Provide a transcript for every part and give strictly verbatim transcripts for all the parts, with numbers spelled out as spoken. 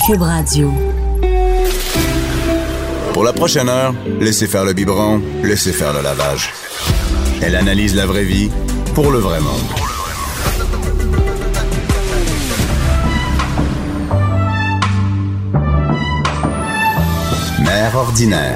Cube Radio. Pour la prochaine heure, laissez faire le biberon, laissez faire le lavage. Elle analyse la vraie vie pour le vrai monde. Mère ordinaire.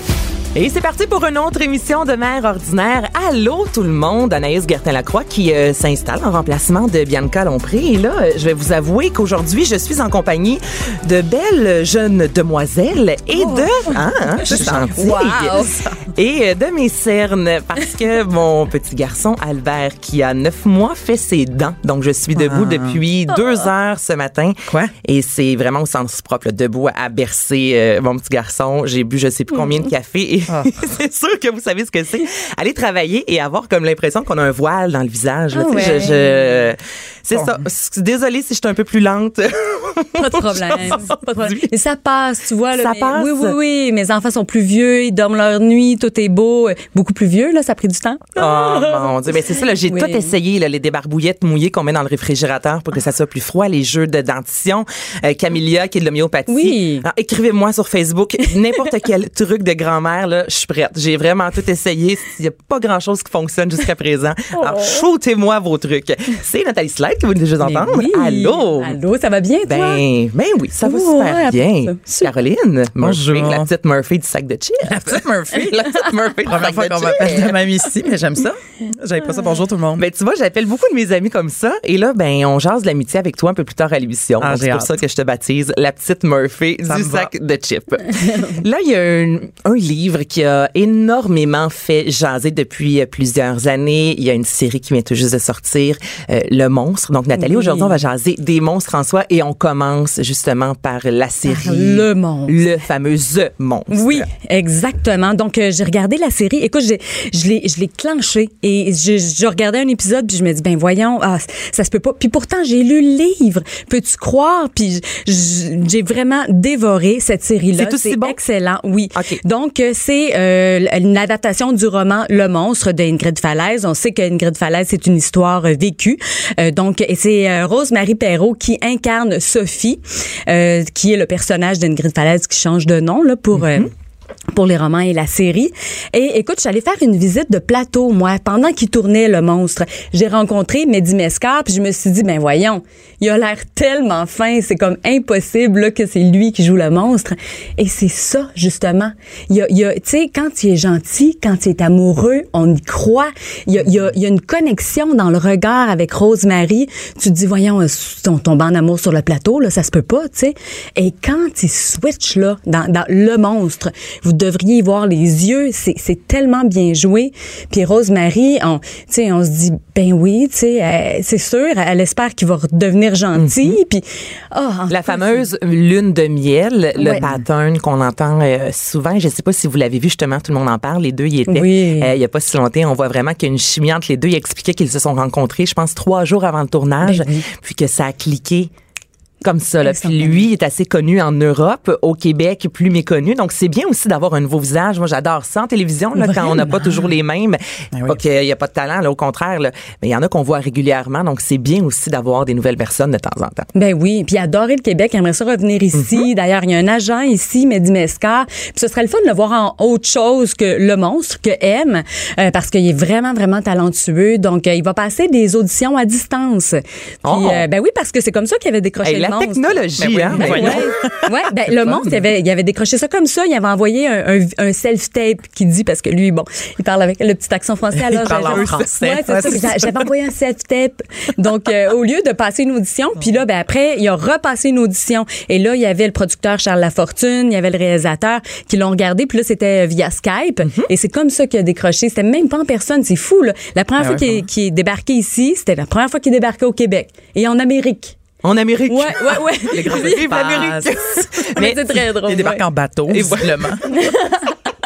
Et c'est parti pour une autre émission de Mère ordinaire. Allô tout le monde, Anaïs Gertin-Lacroix qui euh, s'installe en remplacement de Bianca Lompré. Et là, je vais vous avouer qu'aujourd'hui, je suis en compagnie de belles jeunes demoiselles et oh. de... Hein, hein, je suis gentille. Wow. Et de mes cernes, parce que mon petit garçon Albert, qui a neuf mois, fait ses dents. Donc, je suis debout ah. depuis deux heures ce matin. Quoi? Et c'est vraiment au sens propre, là, debout à bercer euh, mon petit garçon. J'ai bu je sais plus combien de café et oh. c'est sûr que vous savez ce que c'est. Aller travailler et avoir comme l'impression qu'on a un voile dans le visage. Là, oh, ouais. je, je... C'est bon. ça. Désolée si je suis un peu plus lente. Pas de problème. Pas de problème. Mais ça passe, tu vois. Là, ça mais, passe? Oui, oui, oui. Mes enfants sont plus vieux, ils dorment leur nuit, tout est beau. Beaucoup plus vieux, là, ça a pris du temps. Oh mon Dieu. Mais c'est ça, là, j'ai oui. tout essayé, là, les débarbouillettes mouillées qu'on met dans le réfrigérateur pour que ça soit plus froid, les jeux de dentition. Euh, Camilla, qui est de l'homéopathie. Oui. Alors, écrivez-moi sur Facebook n'importe quel truc de grand-mère, là, je suis prête. J'ai vraiment tout essayé. Il n'y a pas grand-chose qui fonctionne jusqu'à présent. Alors, shootez-moi vos trucs. C'est Nathalie Slide que vous venez de entendre. Oui. Allô? Allô, ça va bien, toi? Ben, ben oui, ça va oh, super ouais, bien. Super. Caroline, bonjour. Murphy, la petite Murphy du sac de chips. La petite Murphy. La petite Murphy du Première sac fois de qu'on chips. m'appelle de même ici, mais j'aime ça. J'avais pas ça. Bonjour tout le monde. Ben, tu vois, j'appelle beaucoup de mes amis comme ça. Et là, ben, on jase de l'amitié avec toi un peu plus tard à l'émission. Ah, c'est pour hâte. ça que je te baptise la petite Murphy Ça du me sac va. de chips. Là, il y a un, un livre qui a énormément fait jaser depuis plusieurs années. Il y a une série qui vient tout juste de sortir, euh, Le Monstre. Donc, Nathalie, oui. aujourd'hui, on va jaser des monstres en soi et on commence justement par la série. Par Le Monstre. Le fameux The Monstre. Oui, exactement. Donc, euh, j'ai regardé la série. Écoute, j'ai, je l'ai, je l'ai clenché et je, je regardais un épisode puis je me dis, ben voyons, ah, ça se peut pas. Puis pourtant, j'ai lu le livre. Peux-tu croire? Puis j- j'ai vraiment dévoré cette série-là. C'est aussi c'est bon? excellent, oui. Okay. Donc, euh, c'est euh, une adaptation du roman Le Monstre d'Ingrid Falaise. On sait qu'Ingrid Falaise, c'est une histoire euh, vécue. Euh, donc, et c'est euh, Rose-Marie Perreault qui incarne Sophie, euh, qui est le personnage d'Ingrid Falaise qui change de nom là pour... Mm-hmm. Euh, pour les romans et la série. Et écoute, j'allais faire une visite de plateau, moi, pendant qu'il tournait Le Monstre. J'ai rencontré Mehdi Mescar, puis je me suis dit, ben voyons, il a l'air tellement fin, c'est comme impossible là, que c'est lui qui joue le monstre. Et c'est ça, justement. Il y a, il y a, tu sais, quand il est gentil, quand il est amoureux, on y croit. Il y a, il y a, il y a une connexion dans le regard avec Rose-Marie. Tu te dis, voyons, on tombe en amour sur le plateau, là, ça se peut pas, tu sais. Et quand il switch, là, dans, dans Le Monstre, vous devriez y voir les yeux, c'est, c'est tellement bien joué. Puis Rose-Marie, on, tu sais, on se dit, ben oui, tu sais, euh, c'est sûr, elle espère qu'il va redevenir gentil. Mm-hmm. Puis, oh, la fait, fameuse lune de miel, le ouais. pattern qu'on entend euh, souvent. Je sais pas si vous l'avez vu, justement, tout le monde en parle. Les deux y étaient. Oui. Euh, il y a pas si longtemps, on voit vraiment qu'il y a une chimie entre les deux. Il expliquait qu'ils se sont rencontrés, je pense, trois jours avant le tournage, ben oui. puis que ça a cliqué. Comme ça, là. Puis lui est assez connu en Europe, au Québec, plus méconnu. Donc, c'est bien aussi d'avoir un nouveau visage. Moi, j'adore ça en télévision, là, quand on n'a pas toujours les mêmes. Ben oui. Pas qu'il n'y a pas de talent, là, au contraire, là. Mais il y en a qu'on voit régulièrement. Donc, c'est bien aussi d'avoir des nouvelles personnes de temps en temps. Ben oui. Puis adorer le Québec, aimerait ça revenir ici. Mm-hmm. D'ailleurs, il y a un agent ici, Mehdi Mescar. Puis ce serait le fun de le voir en autre chose que Le Monstre, que M, euh, parce qu'il est vraiment, vraiment talentueux. Donc, euh, il va passer des auditions à distance. Puis, oh. euh, ben oui, parce que c'est comme ça qu'il avait décroché hey, le la Monstre. Technologie, ben oui, hein? Ben, ouais, ouais, ben le Monstre, il avait, il avait décroché ça comme ça. Il avait envoyé un, un, un self-tape qui dit, parce que lui, bon, il parle avec le petit accent français. Alors, il parle en français. Ouais, c'est ouais, ça. C'est j'avais envoyé un self-tape. Donc, euh, au lieu de passer une audition, puis là, ben après, il a repassé une audition. Et là, il y avait le producteur Charles Lafortune, il y avait le réalisateur qui l'ont regardé. Puis là, c'était via Skype. Mm-hmm. Et c'est comme ça qu'il a décroché. C'était même pas en personne. C'est fou, là. La première ah fois ouais, qu'il, est, qu'il est débarqué ici, c'était la première fois qu'il débarquait au Québec. Et en Amérique. En Amérique. Ouais, ouais, ouais. Les grands Vive l'Amérique. Mais c'est très drôle. Il débarque ouais. en bateau, visiblement.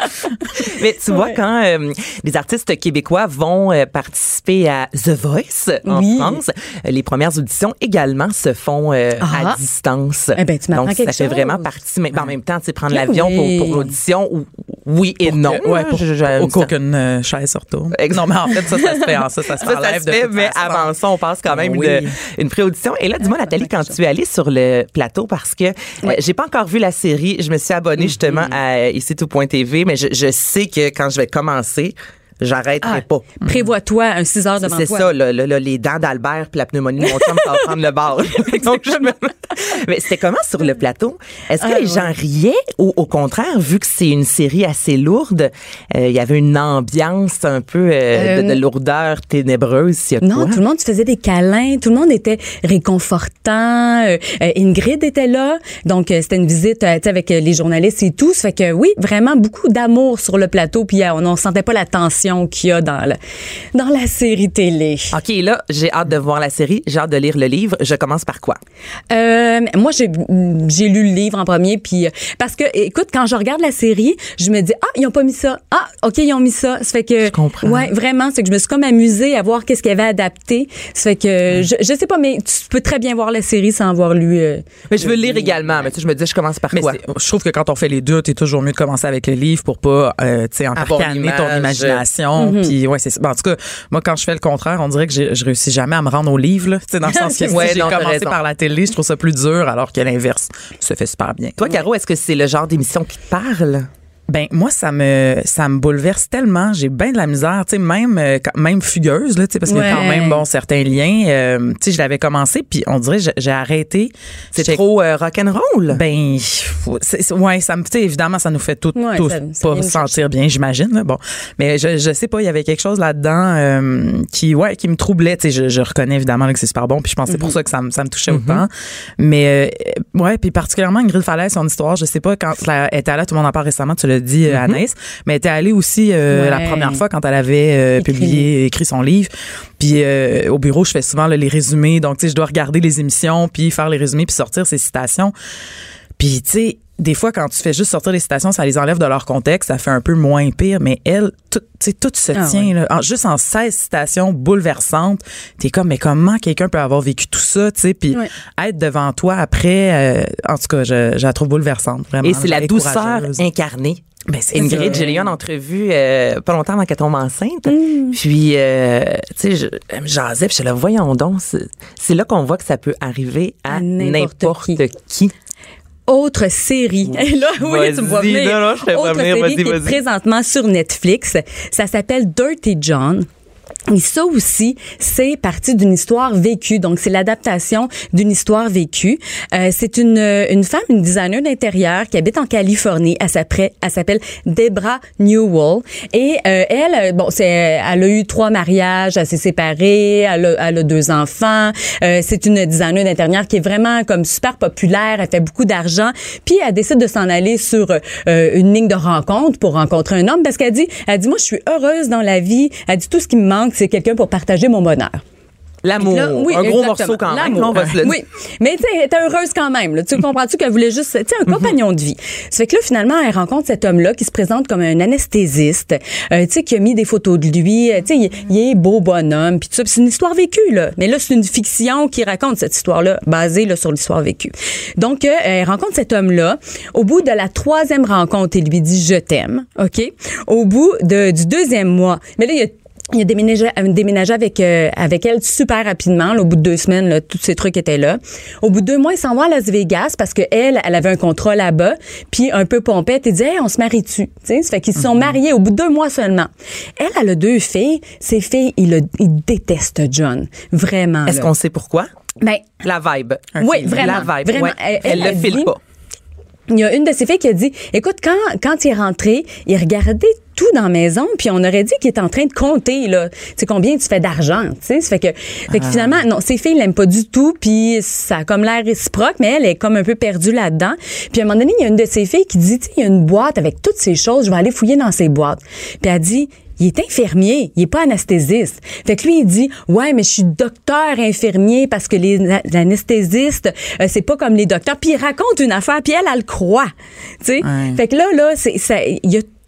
Mais tu vois, quand euh, les artistes québécois vont euh, participer à The Voice en Oui. France, euh, les premières auditions également se font euh, Ah. à distance. Eh ben, tu m'apprends Donc, quelque ça fait chose. vraiment partie. Mais en même temps, tu sais, prendre Ah l'avion oui. pour, pour l'audition, ou- oui et non. Ouais, pour, Je- je- au qu'aucune euh, chaise se retourne. Exact. Non, mais en fait, ça, ça se fait en ça, ça se fait Ça, en ça live se de fait, toute mais façon. avant ça, on passe quand même Oui. une, une pré-audition. Et là, dis-moi, Nathalie, quand tu es allée sur le plateau, parce que euh, j'ai pas encore vu la série, je me suis abonnée justement à ici tout point t v, mais je, je sais que quand je vais commencer, j'arrêterai Ah, pas. Prévois-toi un six heures devant C'est toi. ça, là, là, là, les dents d'Albert puis la pneumonie de mon chum, ça va prendre le bar. Donc, je me- Mais c'était comment sur le plateau? Est-ce que Ah, les gens riaient ou au contraire, vu que c'est une série assez lourde, euh, il y avait une ambiance un peu euh, de, de lourdeur ténébreuse? s'il y a Non, quoi? tout le monde se faisait des câlins, tout le monde était réconfortant. Euh, euh, Ingrid était là, donc euh, c'était une visite euh, tu sais, avec euh, les journalistes et tout. Ça fait que oui, vraiment beaucoup d'amour sur le plateau, puis euh, on ne sentait pas la tension qu'il y a dans, le, dans la série télé. OK, là, j'ai hâte de voir la série, j'ai hâte de lire le livre. Je commence par quoi? Euh, moi, j'ai j'ai lu le livre en premier, puis euh, parce que, écoute, quand je regarde la série, je me dis, ah, ils ont pas mis ça. Ah, OK, ils ont mis ça. Ça fait que... Je comprends. Ouais, vraiment, c'est que je me suis comme amusée à voir qu'est-ce qu'il y avait adapté. Ça fait que, je, je sais pas, mais tu peux très bien voir la série sans avoir lu... euh, Mais je veux le lire également, mais tu sais, je me dis, je commence par Mais quoi? c'est- je trouve que quand on fait les deux, t'es toujours mieux de commencer avec le livre pour pas, euh, tu sais, Avoir encarcaner l'image. ton imagination. Puis ouais, c'est bon, en tout cas, moi quand je fais le contraire, on dirait que j'ai- je réussis jamais à me rendre au livre, là. Tu sais, dans le sens que si Ouais, j'ai non, t'as commencé raison. par la télé, je trouve ça plus dur, alors que l'inverse se fait super bien. Toi, Caro, est-ce que c'est le genre d'émission qui te parle? Ben moi ça me ça me bouleverse tellement, j'ai bien de la misère, tu sais même euh, quand- même fugueuse là, tu sais parce qu'il y a quand Ouais. même bon certains liens, euh, tu sais je l'avais commencé puis on dirait j'ai, j'ai arrêté. C'est J'étais- trop euh, rock'n'roll? Ben, faut- c'est, c'est- ouais, ça me, tu sais, évidemment, ça nous fait tout, Ouais, tous ça- ça pas vient nous sentir bien, j'imagine. Là, bon, mais je, je sais pas, il y avait quelque chose là-dedans euh, qui, ouais, qui me troublait. Tu sais, je, je reconnais évidemment là, que c'est super bon, puis je pense que c'est pour ça que ça me, ça me touchait autant. Mais euh, ouais, puis particulièrement Ingrid Falaise, son histoire, je sais pas quand elle était allée, tout le monde en parle récemment, tu l'as dit, euh, Anaïs, mais elle était allée aussi euh, Ouais. la première fois quand elle avait euh, Écrit. publié, écrit son livre. Puis euh, au bureau, je fais souvent là, les résumés, donc tu sais, je dois regarder les émissions, puis faire les résumés, puis sortir ces citations. Puis, tu sais, des fois, quand tu fais juste sortir les citations, ça les enlève de leur contexte, ça fait un peu moins pire. Mais elle, tout, tu sais, tout se Ah tient, ouais. là, en- juste en seize citations bouleversantes. T'es comme, mais comment quelqu'un peut avoir vécu tout ça, tu sais? Puis Ouais. être devant toi après, euh, en tout cas, je, je la trouve bouleversante, vraiment. Et c'est la Elle est douceur courageuse. incarnée. Ben, c'est Ingrid, ça. j'ai eu une entrevue euh, pas longtemps avant qu'elle tombe enceinte. Mm. Puis, euh, tu sais, je- elle me jasait, puis je là, voyons donc, c'est, c'est là qu'on voit que ça peut arriver à, À n'importe n'importe qui. qui. Autre série. Et là, oui, tu me vois Vas-y, venir. non, non, je te vois Autre venir, série vas-y, qui est vas-y. présentement sur Netflix. Ça s'appelle Dirty John. Et ça aussi, c'est parti d'une histoire vécue. Donc, c'est l'adaptation d'une histoire vécue. Euh, c'est une, une femme, une designer d'intérieur qui habite en Californie. Elle s'appelle, elle s'appelle Debra Newell. Et euh, elle, bon, c'est, elle a eu trois mariages, elle s'est séparée, elle a, elle a deux enfants. Euh, c'est une designer d'intérieur qui est vraiment comme super populaire. Elle fait beaucoup d'argent. Puis, elle décide de s'en aller sur euh, une ligne de rencontre pour rencontrer un homme parce qu'elle dit, elle dit, moi, je suis heureuse dans la vie. Elle dit, tout ce qui me manque, c'est quelqu'un pour partager mon bonheur. L'amour. Là, oui, un gros exactement. morceau quand même. L'amour. On va se le dire. Oui, mais tu sais, elle était heureuse quand même. Là. Tu comprends-tu qu'elle voulait juste, tu sais, un compagnon de vie. Ça fait que là, finalement, elle rencontre cet homme-là qui se présente comme un anesthésiste, euh, tu sais, qui a mis des photos de lui. euh, Tu sais, il, il est beau bonhomme, puis tout ça. Puis c'est une histoire vécue, là. Mais là, c'est une fiction qui raconte cette histoire-là, basée là, sur l'histoire vécue. Donc, euh, elle rencontre cet homme-là. Au bout de la troisième rencontre, il lui dit « Je t'aime », OK? Au bout de, du deuxième mois, mais là, il y a Il a déménagé, déménagé avec euh, avec elle super rapidement. Là, au bout de deux semaines, là, tous ces trucs étaient là. Au bout de deux mois, ils s'en vont à Las Vegas parce que elle, elle avait un contrat là-bas. Puis un peu pompette, elle dit hey, on se marie-tu. Tu sais, ça fait qu'ils se sont mariés au bout de deux mois seulement. Elle, elle a deux filles. Ces filles, ils, le, ils détestent John, vraiment. Est-ce là. qu'on sait pourquoi? Ben, La vibe. oui, vraiment, La vibe. vraiment. ouais. Elle- Elle, elle le a file dit- pas. il y a une de ses filles qui a dit, écoute, quand, quand il est rentré, il regardait tout dans la maison, puis on aurait dit qu'il est en train de compter, là. Tu sais, combien tu fais d'argent, tu sais. Ça fait que, fait que finalement, non, ses filles l'aiment pas du tout, puis ça a comme l'air réciproque, mais elle est comme un peu perdue là-dedans. Puis à un moment donné, il y a une de ses filles qui dit, tu sais, il y a une boîte avec toutes ces choses, je vais aller fouiller dans ces boîtes. Puis elle dit, il est infirmier, il est pas anesthésiste. Fait que lui, il dit, ouais, mais je suis docteur infirmier parce que les anesthésistes, euh, c'est pas comme les docteurs. Puis il raconte une affaire, puis elle, elle le croit. Tu sais? Ouais. Fait que là, là, c'est, ça, il y a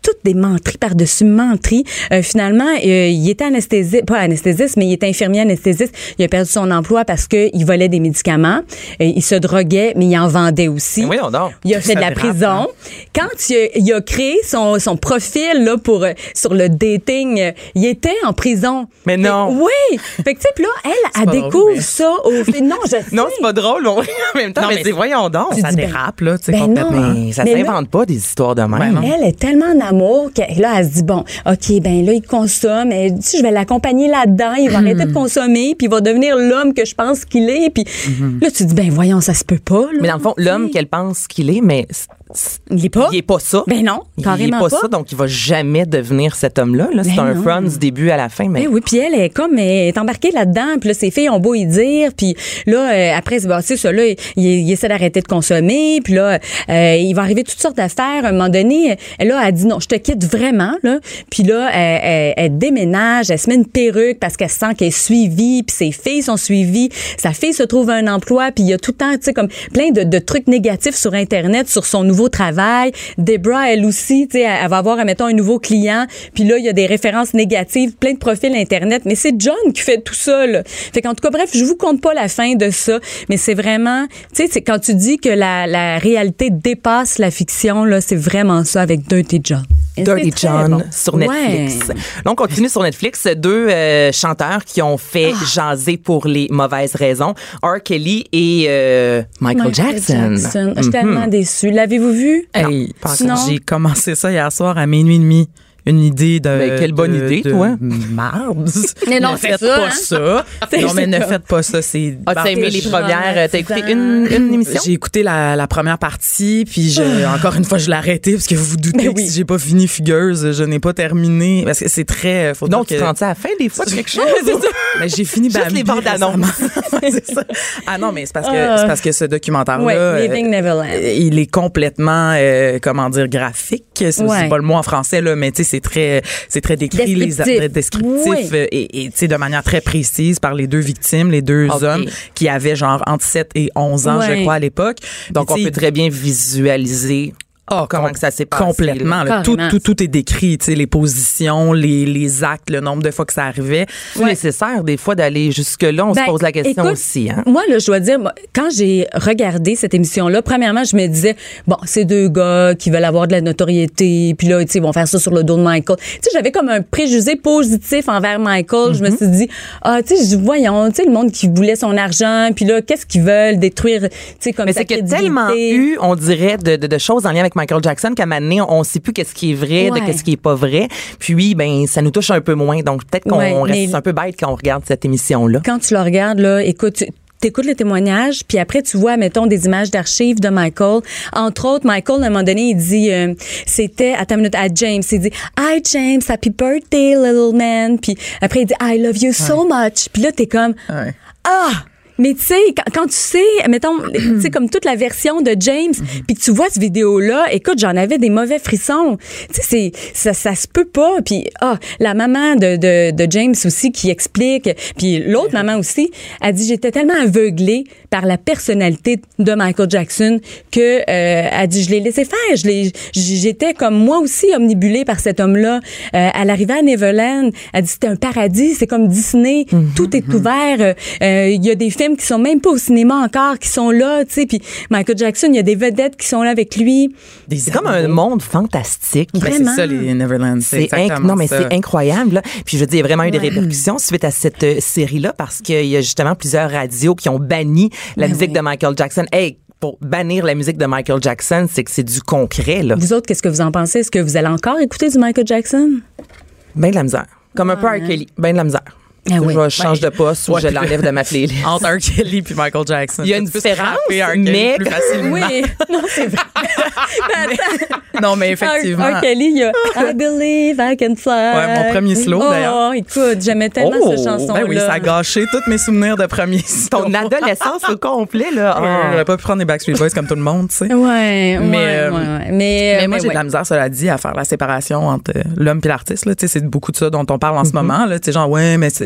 toutes des menteries par-dessus menteries. Euh, finalement, euh, il était anesthésiste, pas anesthésiste, mais il était infirmier anesthésiste. Il a perdu son emploi parce que il volait des médicaments. Euh, il se droguait, mais il en vendait aussi. Mais voyons donc. Il a fait de la dérape, prison. hein? Quand il a, il a créé son, son profil là pour euh, sur le dating, euh, il était en prison. Mais non. Fait, oui. Fait que tu sais, puis là, elle, elle pas découvre drôle, mais- ça au fait. Non, je sais. Non, c'est pas drôle, mais en même temps, Non, mais, mais dis, voyons donc. Ça dis, ben, dérape, là, tu sais, ben non. complètement. Mais ça Mais là- s'invente pas des histoires de même. Ben non. Elle est tellement en amour que là, elle se dit, bon, OK, ben là, il consomme. Elle dit, je vais l'accompagner là-dedans. Il va arrêter de consommer, puis il va devenir l'homme que je pense qu'il est. Puis là, tu dis, ben voyons, ça se peut pas. Là. Mais dans le fond, l'homme qu'elle pense qu'il est, mais c- c- Il est pas. il est pas ça. Ben non, Il est carrément pas, pas. ça, donc il va jamais devenir cet homme-là. Là. C'est Ben un non. front du début à la fin. Mais Ben oui, puis elle est comme elle est embarquée là-dedans, puis là ses filles ont beau y dire, puis là euh, après c'est bah, ça là, il, il essaie d'arrêter de consommer, puis là euh, il va arriver toutes sortes d'affaires. À un moment donné, elle là elle dit non, je te quitte vraiment là, puis là elle, elle, elle déménage, elle se met une perruque parce qu'elle sent qu'elle est suivie, puis ses filles sont suivies, sa fille se trouve un emploi, puis il y a tout le temps tu sais comme plein de, de trucs négatifs sur internet sur son nouveau travail. Debra elle aussi, tu sais, elle, elle va avoir mettons un nouveau client, puis là il y a des références négatives, plein de profils internet, mais c'est John qui fait tout ça là. Fait qu'en tout cas bref, je vous compte pas la fin de ça, mais c'est vraiment, tu sais, c'est quand tu dis que la, la réalité dépasse la fiction là, c'est vraiment ça avec Dirty John. Et Dirty c'est très John bon. sur Netflix. Ouais. Donc, on continue sur Netflix. Deux euh, chanteurs qui ont fait Ah. jaser pour les mauvaises raisons. R. Kelly et euh, Michael, Jackson. Je suis tellement déçue. L'avez-vous vu? Hey, pas encore. j'ai commencé ça hier soir à minuit et demi. Une idée de. Ben, quelle bonne de- idée, de toi. Marde. Mais non, ne c'est faites ça, pas hein? ça. C'est Non, mais ça. ne faites pas ça. C'est. As-tu aimé les c'est premières? euh, T'as écouté une, une émission? J'ai écouté la, la première partie, puis je, encore une fois, je l'ai arrêté parce que vous vous doutez Mais que oui. si j'ai pas fini Fugueuse, je n'ai pas terminé. Parce que c'est très. Faut Donc, dire tu te que- rends à la fin des fois de quelque chose? C'est ça. Mais j'ai fini Juste Bambi les bandes récemment. annonces. Ouais, c'est ça. Ah non, mais c'est parce que Ah. c'est parce que ce documentaire-là, Ouais, euh, Leaving Neverland. il est complètement, euh, comment dire, graphique. C'est Ouais. c'est pas le mot en français là, mais tu sais, c'est très, c'est très décrit, les Descriptif. très descriptif Oui. euh, et, et tu sais de manière très précise par les deux victimes, les deux Ok. hommes qui avaient genre entre sept et onze ans, Ouais. je crois à l'époque. Donc, Puis, on tu peut sais, très bien visualiser Ah, comment com- que ça s'est passé. Complètement. là. là. Tout, Carrément. tout, tout est décrit. Tu sais, les positions, les, les actes, le nombre de fois que ça arrivait. C'est nécessaire, des fois, d'aller jusque-là. On Ben, se pose la question écoute, aussi. Hein? Moi, là, je dois dire, moi, quand j'ai regardé cette émission-là, premièrement, je me disais, bon, c'est deux gars qui veulent avoir de la notoriété, puis là, tu sais, ils vont faire ça sur le dos de Michael. Tu sais, j'avais comme un préjugé positif envers Michael. Je me suis dit, ah, tu sais, voyons, tu sais, le monde qui voulait son argent, puis là, qu'est-ce qu'ils veulent détruire, tu sais, comme Mais sa c'est qu'il y a crédibilité. tellement eu, on dirait, de, de, de choses en lien avec Michael Jackson qu'à un moment donné, on ne sait plus qu'est-ce qui est vrai, Ouais. de qu'est-ce qui est pas vrai. Puis, ben, ça nous touche un peu moins. Donc, peut-être qu'on Ouais, reste mais- un peu bête quand on regarde cette émission-là. Quand tu le regardes, là, écoute, tu t'écoutes le témoignage, puis après, tu vois, mettons, des images d'archives de Michael. Entre autres, Michael, à un moment donné, il dit, euh, c'était, attends une minute, à James, il dit, Hi, James, happy birthday, little man. Puis après, il dit, I love you so much. Puis là, t'es comme, Ouais. ah! Mais tu sais, quand, quand tu sais, mettons, tu sais, comme toute la version de James, puis que tu vois cette vidéo-là, écoute, j'en avais des mauvais frissons. Tu sais, c'est, ça, ça se peut pas. Puis, ah, la maman de, de, de James aussi qui explique, puis l'autre maman aussi, a dit, j'étais tellement aveuglée par la personnalité de Michael Jackson que, euh, a dit, je l'ai laissé faire. Je l'ai, j'étais comme moi aussi omnibulée par cet homme-là. Euh, à l'arrivée à Neverland, elle dit, c'était un paradis, c'est comme Disney, tout est ouvert. Euh, Il y a des films qui sont même pas au cinéma encore, qui sont là, tu sais. Puis Michael Jackson, il y a des vedettes qui sont là avec lui. Des C'est comme un monde fantastique. Ben, c'est Vraiment. ça, les Neverland. C'est C'est inc- exactement non mais ça. c'est incroyable là. Puis je veux dire, il y a vraiment eu des répercussions suite à cette euh, série-là parce qu'il y a justement plusieurs radios qui ont banni la Ben musique oui. de Michael Jackson. Hey, pour bannir la musique de Michael Jackson, c'est que c'est du concret là. Vous autres, qu'est-ce que vous en pensez? Est-ce que vous allez encore écouter du Michael Jackson? Ben de la misère. Comme un peu R. Kelly, ben de la misère. Ah oui. Je change de poste ou Ouais, je puis- l'enlève de ma playlist. Entre R. Kelly puis Michael Jackson. Il y a une Tu peux différence, scraper R. Kelly mais- plus facilement. Oui, non, c'est vrai. Mais attends. Non, mais effectivement. R. R. Kelly, il y a I believe I can fly. Ouais, mon premier slow, oh, d'ailleurs. Oh, écoute, j'aimais tellement Oh, cette chanson-là. Ben oui, ça a gâché tous mes souvenirs de premier slow. Ton adolescence au complet là. Ouais, Ah. J'aurais pas pu prendre les Backstreet Boys comme tout le monde, tu sais. Ouais, Mais, ouais, euh, ouais, ouais. Mais, Mais moi, mais j'ai ouais. de la misère, cela dit, à faire la séparation entre euh, l'homme et l'artiste. Là. Tu sais, c'est beaucoup de ça dont on parle en ce moment. Là. Tu sais, genre, ouais, mais c'est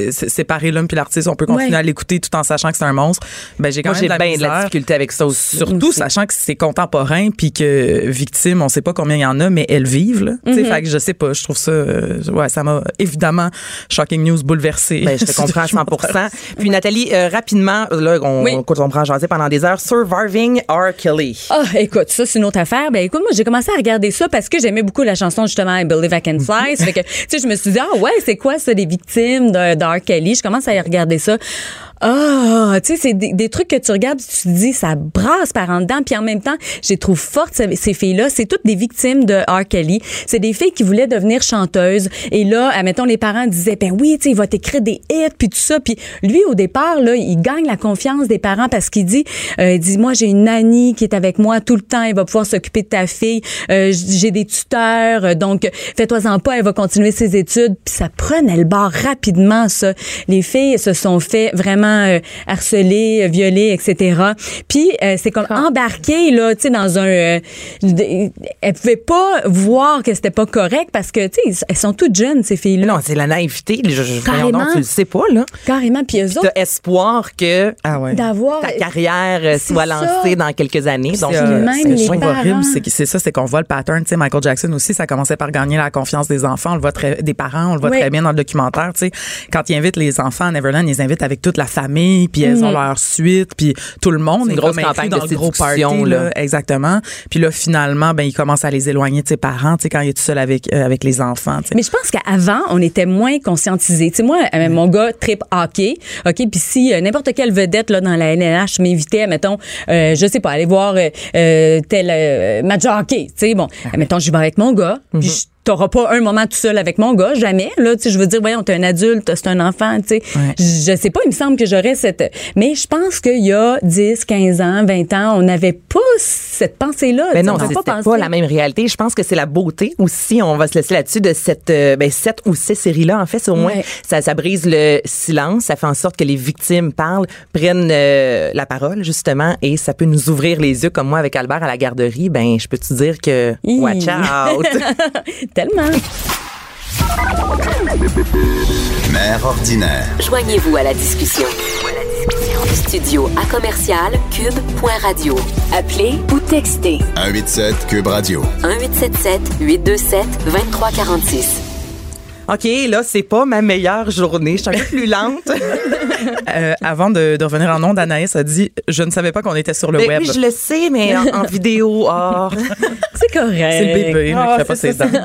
c'est, c'est séparer l'homme puis l'artiste, on peut continuer ouais. à l'écouter tout en sachant que c'est un monstre. Ben j'ai quand Moi, même j'ai de la, bien de la difficulté avec ça aussi. Surtout aussi. Sachant que c'est contemporain puis que victime, on sait pas combien il y en a, mais elles vivent là. Mm-hmm. Tu sais, fait que je sais pas, je trouve ça, euh, ouais, ça m'a évidemment Shocking News bouleversé. Ben, je te comprends à cent pour cent. Puis Nathalie, euh, rapidement, là, on, oui. on, on prend jaser pendant des heures. Surviving R. Kelly. Ah, oh, écoute, ça c'est une autre affaire. Ben écoute, moi j'ai commencé à regarder ça parce que j'aimais beaucoup la chanson justement I Believe I Can Fly. Fait que, tu sais, je me suis dit ah ouais, c'est quoi ça des victimes de, de R. Kelly. Je commence à y regarder ça. Ah, oh, tu sais, c'est des, des trucs que tu regardes, tu te dis, ça brasse par en dedans. Puis en même temps, je les trouve fortes, ces filles-là. C'est toutes des victimes de R. Kelly. C'est des filles qui voulaient devenir chanteuses. Et là, admettons, les parents disaient, ben oui, tu sais, il va t'écrire des hits, puis tout ça. Puis lui, au départ, là, il gagne la confiance des parents parce qu'il dit, euh, il dit, moi, j'ai une nanny qui est avec moi tout le temps. Elle va pouvoir s'occuper de ta fille. Euh, j'ai des tuteurs. Donc, fais-toi-en pas, elle va continuer ses études. Puis ça prenait le bord rapidement, ça. Les filles se sont fait vraiment Euh, harcelées, violées, et cetera. Puis euh, c'est comme embarqué là, tu sais, dans un. Euh, elles pouvaient pas voir que c'était pas correct parce que tu sais, elles sont toutes jeunes ces filles-là. Non, c'est la naïveté. Je, je, Carrément. Donc, tu le sais pas là. Carrément. Puis eux autres. T'as espoir que ah ouais. d'avoir ta carrière euh, soit lancée ça. Dans quelques années. Puis donc euh, même c'est les parents. horrible, c'est, c'est ça, c'est qu'on voit le pattern. Tu sais, Michael Jackson aussi, ça commençait par gagner la confiance des enfants. On le voit très, des parents, on le voit oui. très bien dans le documentaire. Tu sais, quand ils invitent les enfants à Neverland, ils les invitent avec toute la famille, puis elles mm. ont leur suite, puis tout le monde c'est est une grosse comme campagne dans de le gros party là. là, exactement. Puis là finalement, ben ils commencent à les éloigner de ses parents, tu sais quand il est tout seul avec euh, avec les enfants. T'sais. Mais je pense qu'avant, on était moins conscientisés. Tu sais moi, mm. mon gars trip hockey, ok, puis si euh, n'importe quelle vedette là dans la N L H m'invitait, mettons, euh, je sais pas, aller voir euh, tel euh, match hockey, tu sais bon, okay. mettons je vais avec mon gars, mm-hmm. puis je t'auras pas un moment tout seul avec mon gars, jamais. Là, tu sais, je veux dire, voyons, t'es un adulte, c'est un enfant, tu sais. Ouais. Je, je sais pas, il me semble que j'aurais cette... Mais je pense qu'il y a dix, quinze ans, vingt ans, on n'avait pas cette pensée-là. Mais non, c'était pas, pas la même réalité. Je pense que c'est la beauté aussi, on va se laisser là-dessus, de cette, euh, ben, cette ou ces séries-là. En fait, c'est au moins, ouais. ça, ça brise le silence, ça fait en sorte que les victimes parlent, prennent euh, la parole, justement, et ça peut nous ouvrir les yeux, comme moi avec Albert à la garderie. Ben, je peux te dire que... Hi. Watch out! Tellement. Mère ordinaire. Joignez-vous à la discussion. Studio à commercial cube point radio. Appelez ou textez. un huit sept Cube Radio. un huit sept sept huit deux sept deux trois quatre six. OK, là, c'est pas ma meilleure journée. Je suis un peu plus lente. euh, avant de, de revenir en ondes, Anaïs a dit « Je ne savais pas qu'on était sur le mais, web. » Oui, je le sais, mais en, en vidéo, oh. C'est correct. C'est le bébé, oh, qui fait pas ses dents.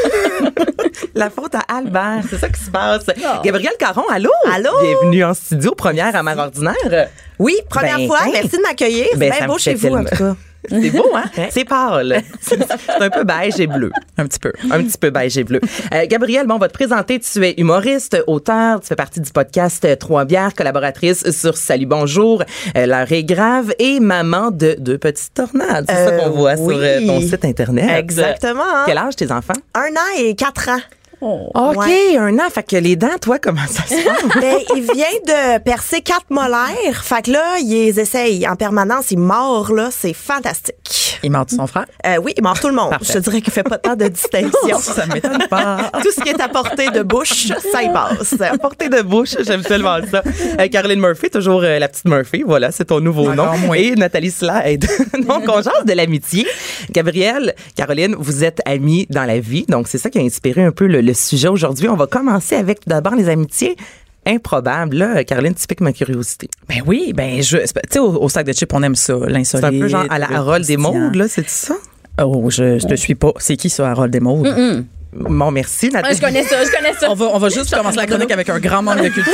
La faute à Albert, c'est ça qui se passe. Oh. Gabrielle Caron, allô? Allô? Bienvenue en studio, première à Mère ordinaire. Oui, première ben, fois. hein? Merci de m'accueillir. C'est ben, bien beau chez vous, en tout cas. C'est beau, hein? C'est pâle. C'est un peu beige et bleu. Un petit peu. Un petit peu beige et bleu. Euh, Gabrielle, bon, on va te présenter. Tu es humoriste, auteur, tu fais partie du podcast Trois Bières, collaboratrice sur Salut Bonjour, euh, L'heure est grave et maman de deux petites tornades. C'est euh, ça qu'on voit oui. sur euh, ton site Internet. Exactement. Hein? Quel âge tes enfants? Un an et quatre ans. Oh. OK, ouais. Un an. Fait que les dents, toi, comment ça se passe? Ben, il vient de percer quatre molaires. Fait que là, il les essaye en permanence. Il mord, là. C'est fantastique. Il mord son frère? Euh, oui, il mord tout le monde. Parfait. Je te dirais qu'il fait pas tant de distinction. Ça m'étonne pas. Tout ce qui est à portée de bouche, ça y passe. À portée de bouche, j'aime tellement ça. Euh, Caroline Murphy, toujours euh, la petite Murphy. Voilà, c'est ton nouveau Encore nom. Moins. Et Nathalie Slide. Donc, on jase de l'amitié. Gabrielle, Caroline, vous êtes amies dans la vie. Donc, c'est ça qui a inspiré un peu le, le sujet aujourd'hui. On va commencer avec d'abord les amitiés improbables. Là, Caroline, tu piques ma curiosité. Ben oui, ben je, tu sais, au, au sac de chips, on aime ça, l'insolite. C'est un peu genre à la Harold Desmaudes, là, c'est ça? Oh, je, je te suis pas. C'est qui ça, Harold Desmaudes? Mm-mm. Bon, merci, Nathalie. Ah, je connais ça, je connais ça. On va, on va juste commencer la chronique avec un grand manque de culture.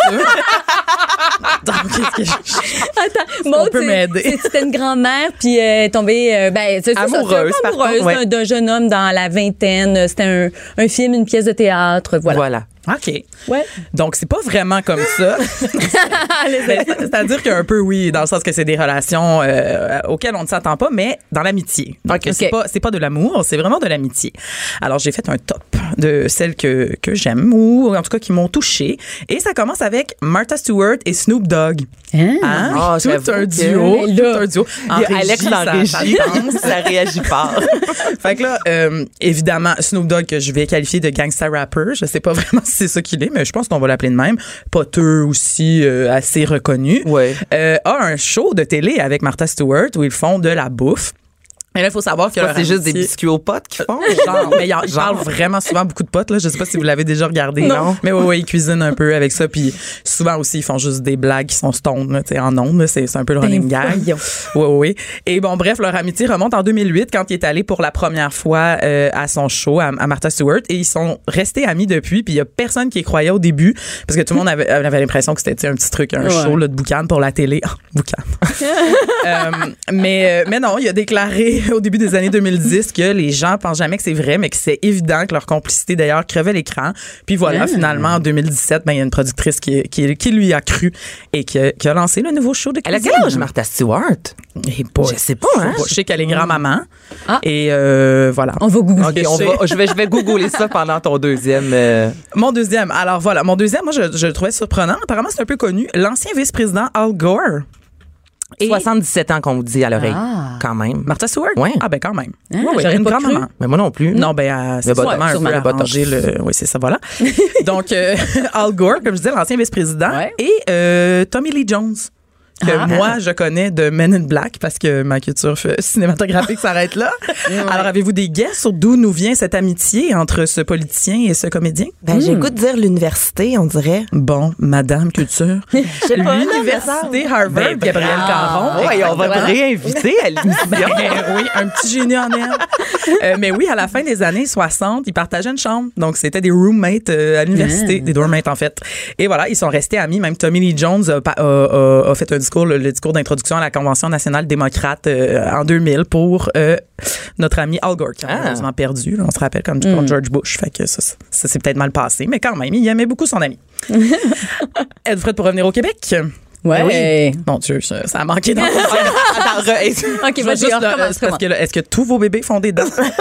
Donc, qu'est-ce que je... Attends, Maud, peut m'aider? C'était une grand-mère, puis elle est tombée, euh, ben, c'est amoureuse, ça, amoureuse ouais. d'un, d'un jeune homme dans la vingtaine. C'était un, un film, une pièce de théâtre, voilà. Voilà. OK. Ouais. Donc, c'est pas vraiment comme ça. Ben, c'est-à-dire qu'un peu, oui, dans le sens que c'est des relations euh, auxquelles on ne s'attend pas, mais dans l'amitié. Donc, okay. c'est pas, c'est pas de l'amour, c'est vraiment de l'amitié. Alors, j'ai fait un top de celles que, que j'aime ou, en tout cas, qui m'ont touchée. Et ça commence avec Martha Stewart et Snoop Dogg. Hein? Hein? Oh, tout un duo. Que... Tout un duo. En régie, Alex en ça, régie, ça, ça réagit pas. Fait que là, euh, évidemment, Snoop Dogg, que je vais qualifier de gangsta rapper. Je sais pas vraiment si c'est ça qu'il est, mais je pense qu'on va l'appeler de même. Poteux aussi, euh, assez reconnu. Ouais. Euh, a un show de télé avec Martha Stewart où ils font de la bouffe. Mais là, il faut savoir que c'est amitié... juste des biscuits aux potes qu'ils font. Genre, mais ils parlent vraiment souvent beaucoup de potes, là. Je sais pas si vous l'avez déjà regardé. Non. Mais oui, oui, ils cuisinent un peu avec ça. Puis souvent aussi, ils font juste des blagues qui sont stone, là, tu sais, en ondes. C'est, c'est un peu le running gag. Oui, oui, oui. Et bon, bref, leur amitié remonte en deux mille huit quand il est allé pour la première fois euh, à son show, à, à Martha Stewart. Et ils sont restés amis depuis. Puis il y a personne qui y croyait au début parce que tout le monde avait, avait l'impression que c'était un petit truc, un ouais. show là, de boucan pour la télé. Oh, boucan. euh, mais, mais non, il a déclaré au début des années deux mille dix que les gens pensent jamais que c'est vrai, mais que c'est évident que leur complicité d'ailleurs crevait l'écran. Puis voilà, mmh. finalement en deux mille dix-sept, ben il y a une productrice qui, qui, qui lui a cru et qui a, qui a lancé le nouveau show de cuisine. Elle a quel âge, Martha Stewart? Et pas, je sais pas, hein? Je sais qu'elle est grand-maman. Ah. Et euh, voilà. On va googler. Okay, on va, je vais, je vais googler ça pendant ton deuxième. Euh... Mon deuxième. Alors voilà, mon deuxième, moi je, je le trouvais surprenant. Apparemment c'est un peu connu. L'ancien vice-président Al Gore. Et soixante-dix-sept ans qu'on vous dit à l'oreille, ah. quand même. Martha Stewart? Oui. Ah ben quand même. Ah, oui, j'aurais une pas grand-maman. Mais moi non plus. Non, ben euh, c'est ouais, un peu arrangé le... Oui, c'est ça, voilà. Donc, euh, Al Gore, comme je disais, l'ancien vice-président, ouais. et euh, Tommy Lee Jones. Que ah. moi, je connais de Men in Black parce que ma culture cinématographique s'arrête là. Ouais. Alors, avez-vous des guesses sur d'où nous vient cette amitié entre ce politicien et ce comédien? Ben, mmh. j'ai le goût de dire l'université, on dirait. Bon, Madame Culture. L'université Harvard, ben, Gabrielle Caron. Ah, oui, on va te réinviter à l'émission. Ben, oui, un petit génie en herbe. euh, mais oui, à la fin des années soixante, ils partageaient une chambre. Donc, c'était des roommates euh, à l'université, mmh. des dormmates en fait. Et voilà, ils sont restés amis. Même Tommy Lee Jones a, a, a, a fait un discours, le, le discours d'introduction à la Convention nationale démocrate euh, en deux mille pour euh, notre ami Al Gore, qui a malheureusement ah. perdu. Là, on se rappelle comme mm. George Bush. Fait que ça, ça, ça s'est peut-être mal passé, mais quand même, il aimait beaucoup son ami. Êtes-vous prête pour revenir au Québec? Ouais. Oui. Mon Dieu, ça, ça a manqué dans mon Attends, re- OK, vas-y, on recommence. Parce que là, est-ce que tous vos bébés font des dents?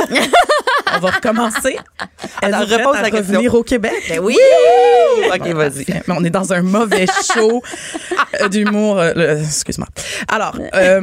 On va recommencer. Alors, repose la question. Revenir au Québec? Ben oui! OK, vas-y. Mais on est dans un mauvais show d'humour. Euh, le, excuse-moi. Alors, euh,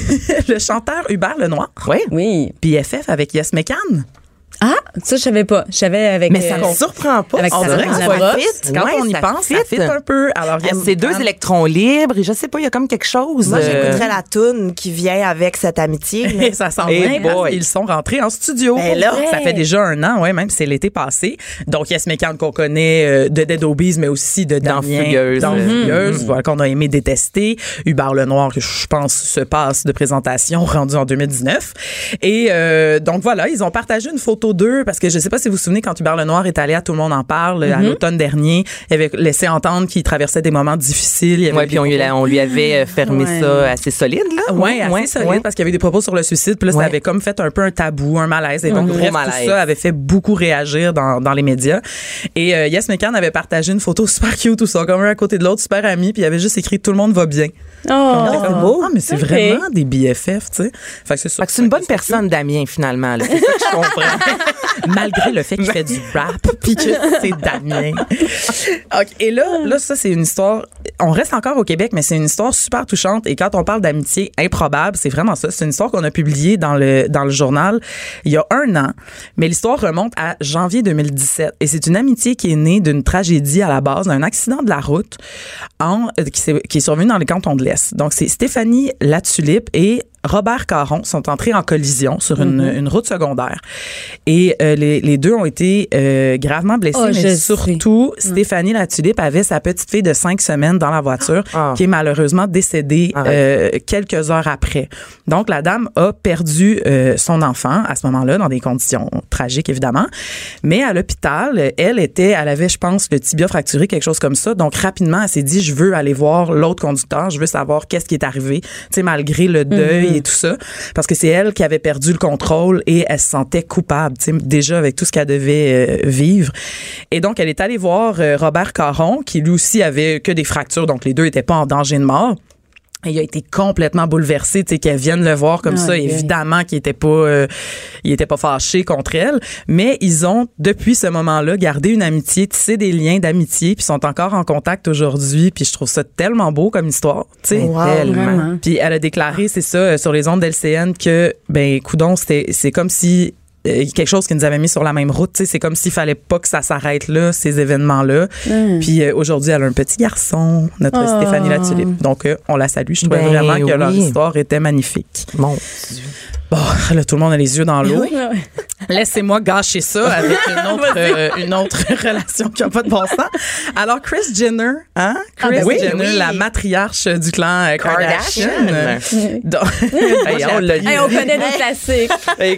le chanteur Hubert Lenoir. Oui. Oui. B F F avec Yes McCann. Ah, ça, je savais pas. Je savais avec. Mais ça ne euh, surprend pas. Avec on dirait que ça fit. Quand ouais, on y pense, fit. ça fit un peu. Alors, yes, c'est deux électrons libres et je sais pas, il y a comme quelque chose. Moi, j'écouterais la toune qui vient avec cette amitié. Ça sent bien parce qu'ils sont rentrés en studio. Ben là, ça fait déjà un an, ouais, même c'est l'été passé. Donc, Yes McCann qu'on connaît euh, de Dead Obies, mais aussi de Dans Damien. Fugueuse. Dans Fugueuse, voilà, qu'on a aimé détester. Hubert Lenoir, que je pense se passe de présentation rendu en deux mille dix-neuf. Et euh, donc, voilà, ils ont partagé une photo d'eux parce que je sais pas si vous vous souvenez, quand Hubert Lenoir est allé à Tout le monde en parle, mm-hmm. à l'automne dernier, il avait laissé entendre qu'il traversait des moments difficiles. Oui, puis on, on lui avait fermé ouais. ça assez solide, là. Oui, assez ouais, solide, ouais. parce qu'il y avait des propos sur le suicide. Puis là, ouais. ça avait comme fait un peu un tabou, un malaise. Et donc, un bref, malaise. tout ça avait fait beaucoup réagir dans, dans les médias. Et euh, Yes McCann avait partagé une photo super cute, tout ça, comme un à côté de l'autre, super amis, puis il avait juste écrit « Tout le monde va bien ». Oh, c'est beau. Ah, mais c'est okay. vraiment des B F F, tu sais. Fait que c'est ça. Fait que c'est une bonne personne, Damien, finalement. Là. C'est ça que je comprends. Malgré le fait qu'il fait du rap, puis que c'est Damien. Okay. Et là, là, ça, c'est une histoire. On reste encore au Québec, mais c'est une histoire super touchante. Et quand on parle d'amitié improbable, c'est vraiment ça. C'est une histoire qu'on a publiée dans le, dans le journal il y a un an. Mais l'histoire remonte à janvier deux mille dix-sept. Et c'est une amitié qui est née d'une tragédie à la base, d'un accident de la route en, euh, qui, s'est, qui est survenu dans les cantons de l'Est. Donc, c'est Stéphanie Latulippe et Robert Caron sont entrés en collision sur une, mm-hmm. une route secondaire. Et euh, les, les deux ont été euh, gravement blessés, oh, mais surtout, sais. Stéphanie Latulippe avait sa petite fille de cinq semaines dans la voiture oh. qui est malheureusement décédée ah, euh, ouais. quelques heures après. Donc, la dame a perdu euh, son enfant à ce moment-là, dans des conditions tragiques, évidemment. Mais à l'hôpital, elle était, elle avait, je pense, le tibia fracturé, quelque chose comme ça. Donc, rapidement, elle s'est dit, je veux aller voir l'autre conducteur, je veux savoir qu'est-ce qui est arrivé, tu sais, malgré le deuil mm-hmm. et tout ça, parce que c'est elle qui avait perdu le contrôle et elle se sentait coupable, tu sais, déjà avec tout ce qu'elle devait euh, vivre. Et donc, elle est allée voir euh, Robert Caron, qui lui aussi avait que des fractures, donc les deux étaient pas en danger de mort. Et il a été complètement bouleversé, tu sais, qu'elle vienne le voir comme oh, ça. Okay. Évidemment qu'il était pas, euh, il était pas fâché contre elle, mais ils ont depuis ce moment-là gardé une amitié, tissé des liens d'amitié, puis sont encore en contact aujourd'hui. Puis je trouve ça tellement beau comme histoire, tu sais, wow, tellement. Puis elle a déclaré, c'est ça, sur les ondes d'L C N que, ben, coudonc, c'était, c'est comme si euh, quelque chose qui nous avait mis sur la même route. Tu sais, c'est comme s'il fallait pas que ça s'arrête là, ces événements-là. Mm. Puis euh, aujourd'hui, elle a un petit garçon, notre oh. Stéphanie Latulippe. Donc, euh, on la salue. Je trouvais ben, vraiment que oui. leur histoire était magnifique. Mon Dieu. Bon, là, tout le monde a les yeux dans l'eau. Laissez-moi gâcher ça avec une autre, euh, une autre relation qui n'a pas de bon sens. Alors, Kris Jenner, hein? Kris ah ben oui, Jenner, oui. la matriarche du clan euh, Kardashian. Kardashian. Donc, hey, on, hey, on connaît nos classiques.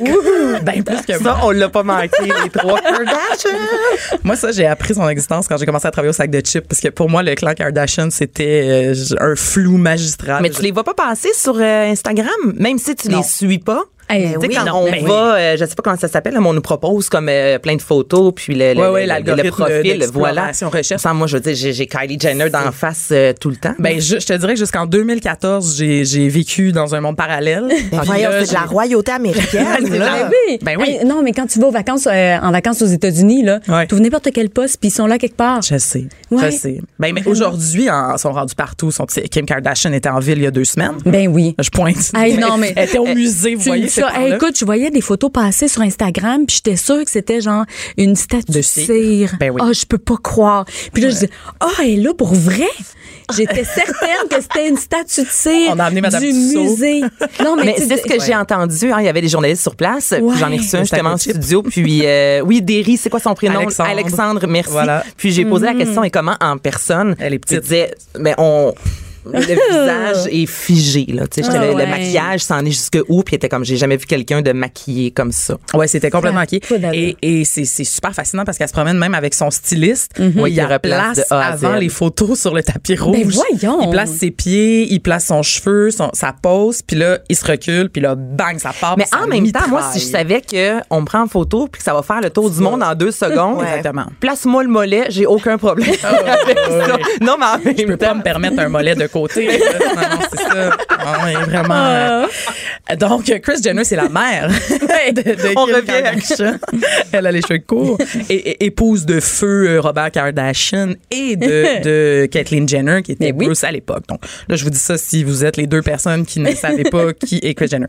Ben plus que ça, moi. on l'a pas manqué, les trois Kardashian. Moi, ça, j'ai appris son existence quand j'ai commencé à travailler au sac de chips. Parce que pour moi, le clan Kardashian, c'était euh, un flou magistral. Mais tu les vois pas passer sur euh, Instagram, même si tu non. les suis pas? Hey, oui, quand non, on ben va, oui. euh, je sais pas comment ça s'appelle, mais on nous propose comme euh, plein de photos, puis le, le, ouais, ouais, le, le profil, voilà. Recherche. Sans moi, je veux dire, j'ai, j'ai Kylie Jenner d'en face euh, tout le temps. Ben, je, je te dirais que jusqu'en deux mille quatorze, j'ai, j'ai vécu dans un monde parallèle. Ben, voyons, c'est de la royauté américaine. Ben oui. Ben oui. Hey, non, mais quand tu vas aux vacances, euh, en vacances aux États-Unis, là, ouais. tu ouvres n'importe quel poste, puis ils sont là quelque part. Je sais. Ouais. Je sais. Ben, mais aujourd'hui, ils sont rendus partout. Sont, Kim Kardashian était en ville il y a deux semaines. Ben oui. Je pointe. Hey, non, mais. Elle était au musée, vous voyez. Ça. Hey, écoute, je voyais des photos passer sur Instagram, puis j'étais sûre que c'était genre une statue de cire. Ben oui. Oh, je peux pas croire. Puis là, ouais. je dis, ah, oh, elle est là pour vrai? J'étais certaine que c'était une statue de cire. On a amené Madame du Tussaud. musée. Non, mais, mais c'est ce que ouais. j'ai entendu. Hein, il y avait des journalistes sur place. Ouais. Puis j'en ai reçu un justement en studio. Puis euh, oui, Derry, c'est quoi son prénom? Alexandre. Alexandre, merci. Voilà. Puis j'ai posé mm-hmm. la question, et comment en personne? Elle est petite. Tu disais, mais on... le visage est figé là, tu sais, oh, le, ouais. le maquillage s'en est jusque où, puis était comme j'ai jamais vu quelqu'un de maquillé comme ça. Ouais, c'était complètement maquillé. Et, et c'est, c'est super fascinant parce qu'elle se promène même avec son styliste. Mm-hmm. Il, il replace avant les photos sur le tapis rouge. Ben voyons. Il place ses pieds, il place son cheveu, son, sa pose, puis là il se recule, puis là bang, ça part. Mais en même mitraille. temps, moi si je savais que on me prend en photo puis que ça va faire le tour du monde en deux secondes, ouais. exactement. Place-moi le mollet, j'ai aucun problème oh, avec ouais. ça. Non, mais en même je peux temps, pas me permettre un mollet de côté. Non, non, c'est ça. Non, vraiment. Euh... Donc, Kris Jenner, c'est la mère de, de On Kim revient Kardashian. Elle a les cheveux courts. Et, et, épouse de feu Robert Kardashian et de, de Caitlyn Jenner, qui était oui. Bruce à l'époque. Donc, là, je vous dis ça si vous êtes les deux personnes qui ne savez pas qui est Kris Jenner.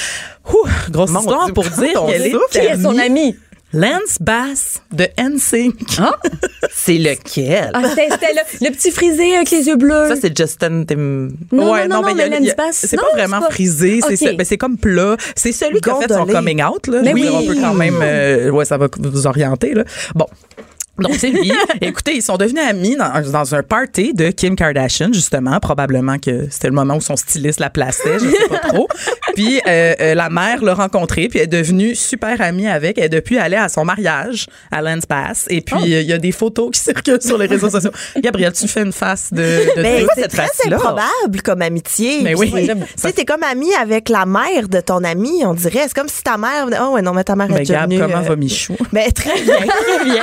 Ouh, grosse Mon histoire Dieu, pour dire qu'elle est, qui est son amie. Lance Bass de N Sync. Ah, c'est lequel? Ah, c'était, c'était le, le petit frisé avec les yeux bleus. Ça, c'est Justin Tim... Non, ouais, non, non, non, mais, mais Lance Bass. C'est non, pas vraiment c'est pas... frisé. Okay. C'est, ben, c'est comme plat. C'est celui qui a fait son coming out. Là. Mais oui, oui. On peut quand même... Euh, ouais, ça va vous orienter. Là. Bon. Donc, c'est lui. Écoutez, ils sont devenus amis dans, dans un party de Kim Kardashian, justement. Probablement que c'était le moment où son styliste la plaçait, je sais pas trop. Puis, euh, euh, la mère l'a rencontré, puis elle est devenue super amie avec. Elle est depuis allée à son mariage à Lance Bass. Et puis, il oh. euh, y a des photos qui circulent sur les réseaux sociaux. Gabrielle, tu fais une face de... de mais de c'est cette très improbable comme amitié. Mais oui. Tu sais, t'es comme amie avec la mère de ton ami, on dirait. C'est comme si ta mère... Oh, ouais, non, mais ta mère est déjà venue. comment euh... va Michou? Mais très bien, très bien.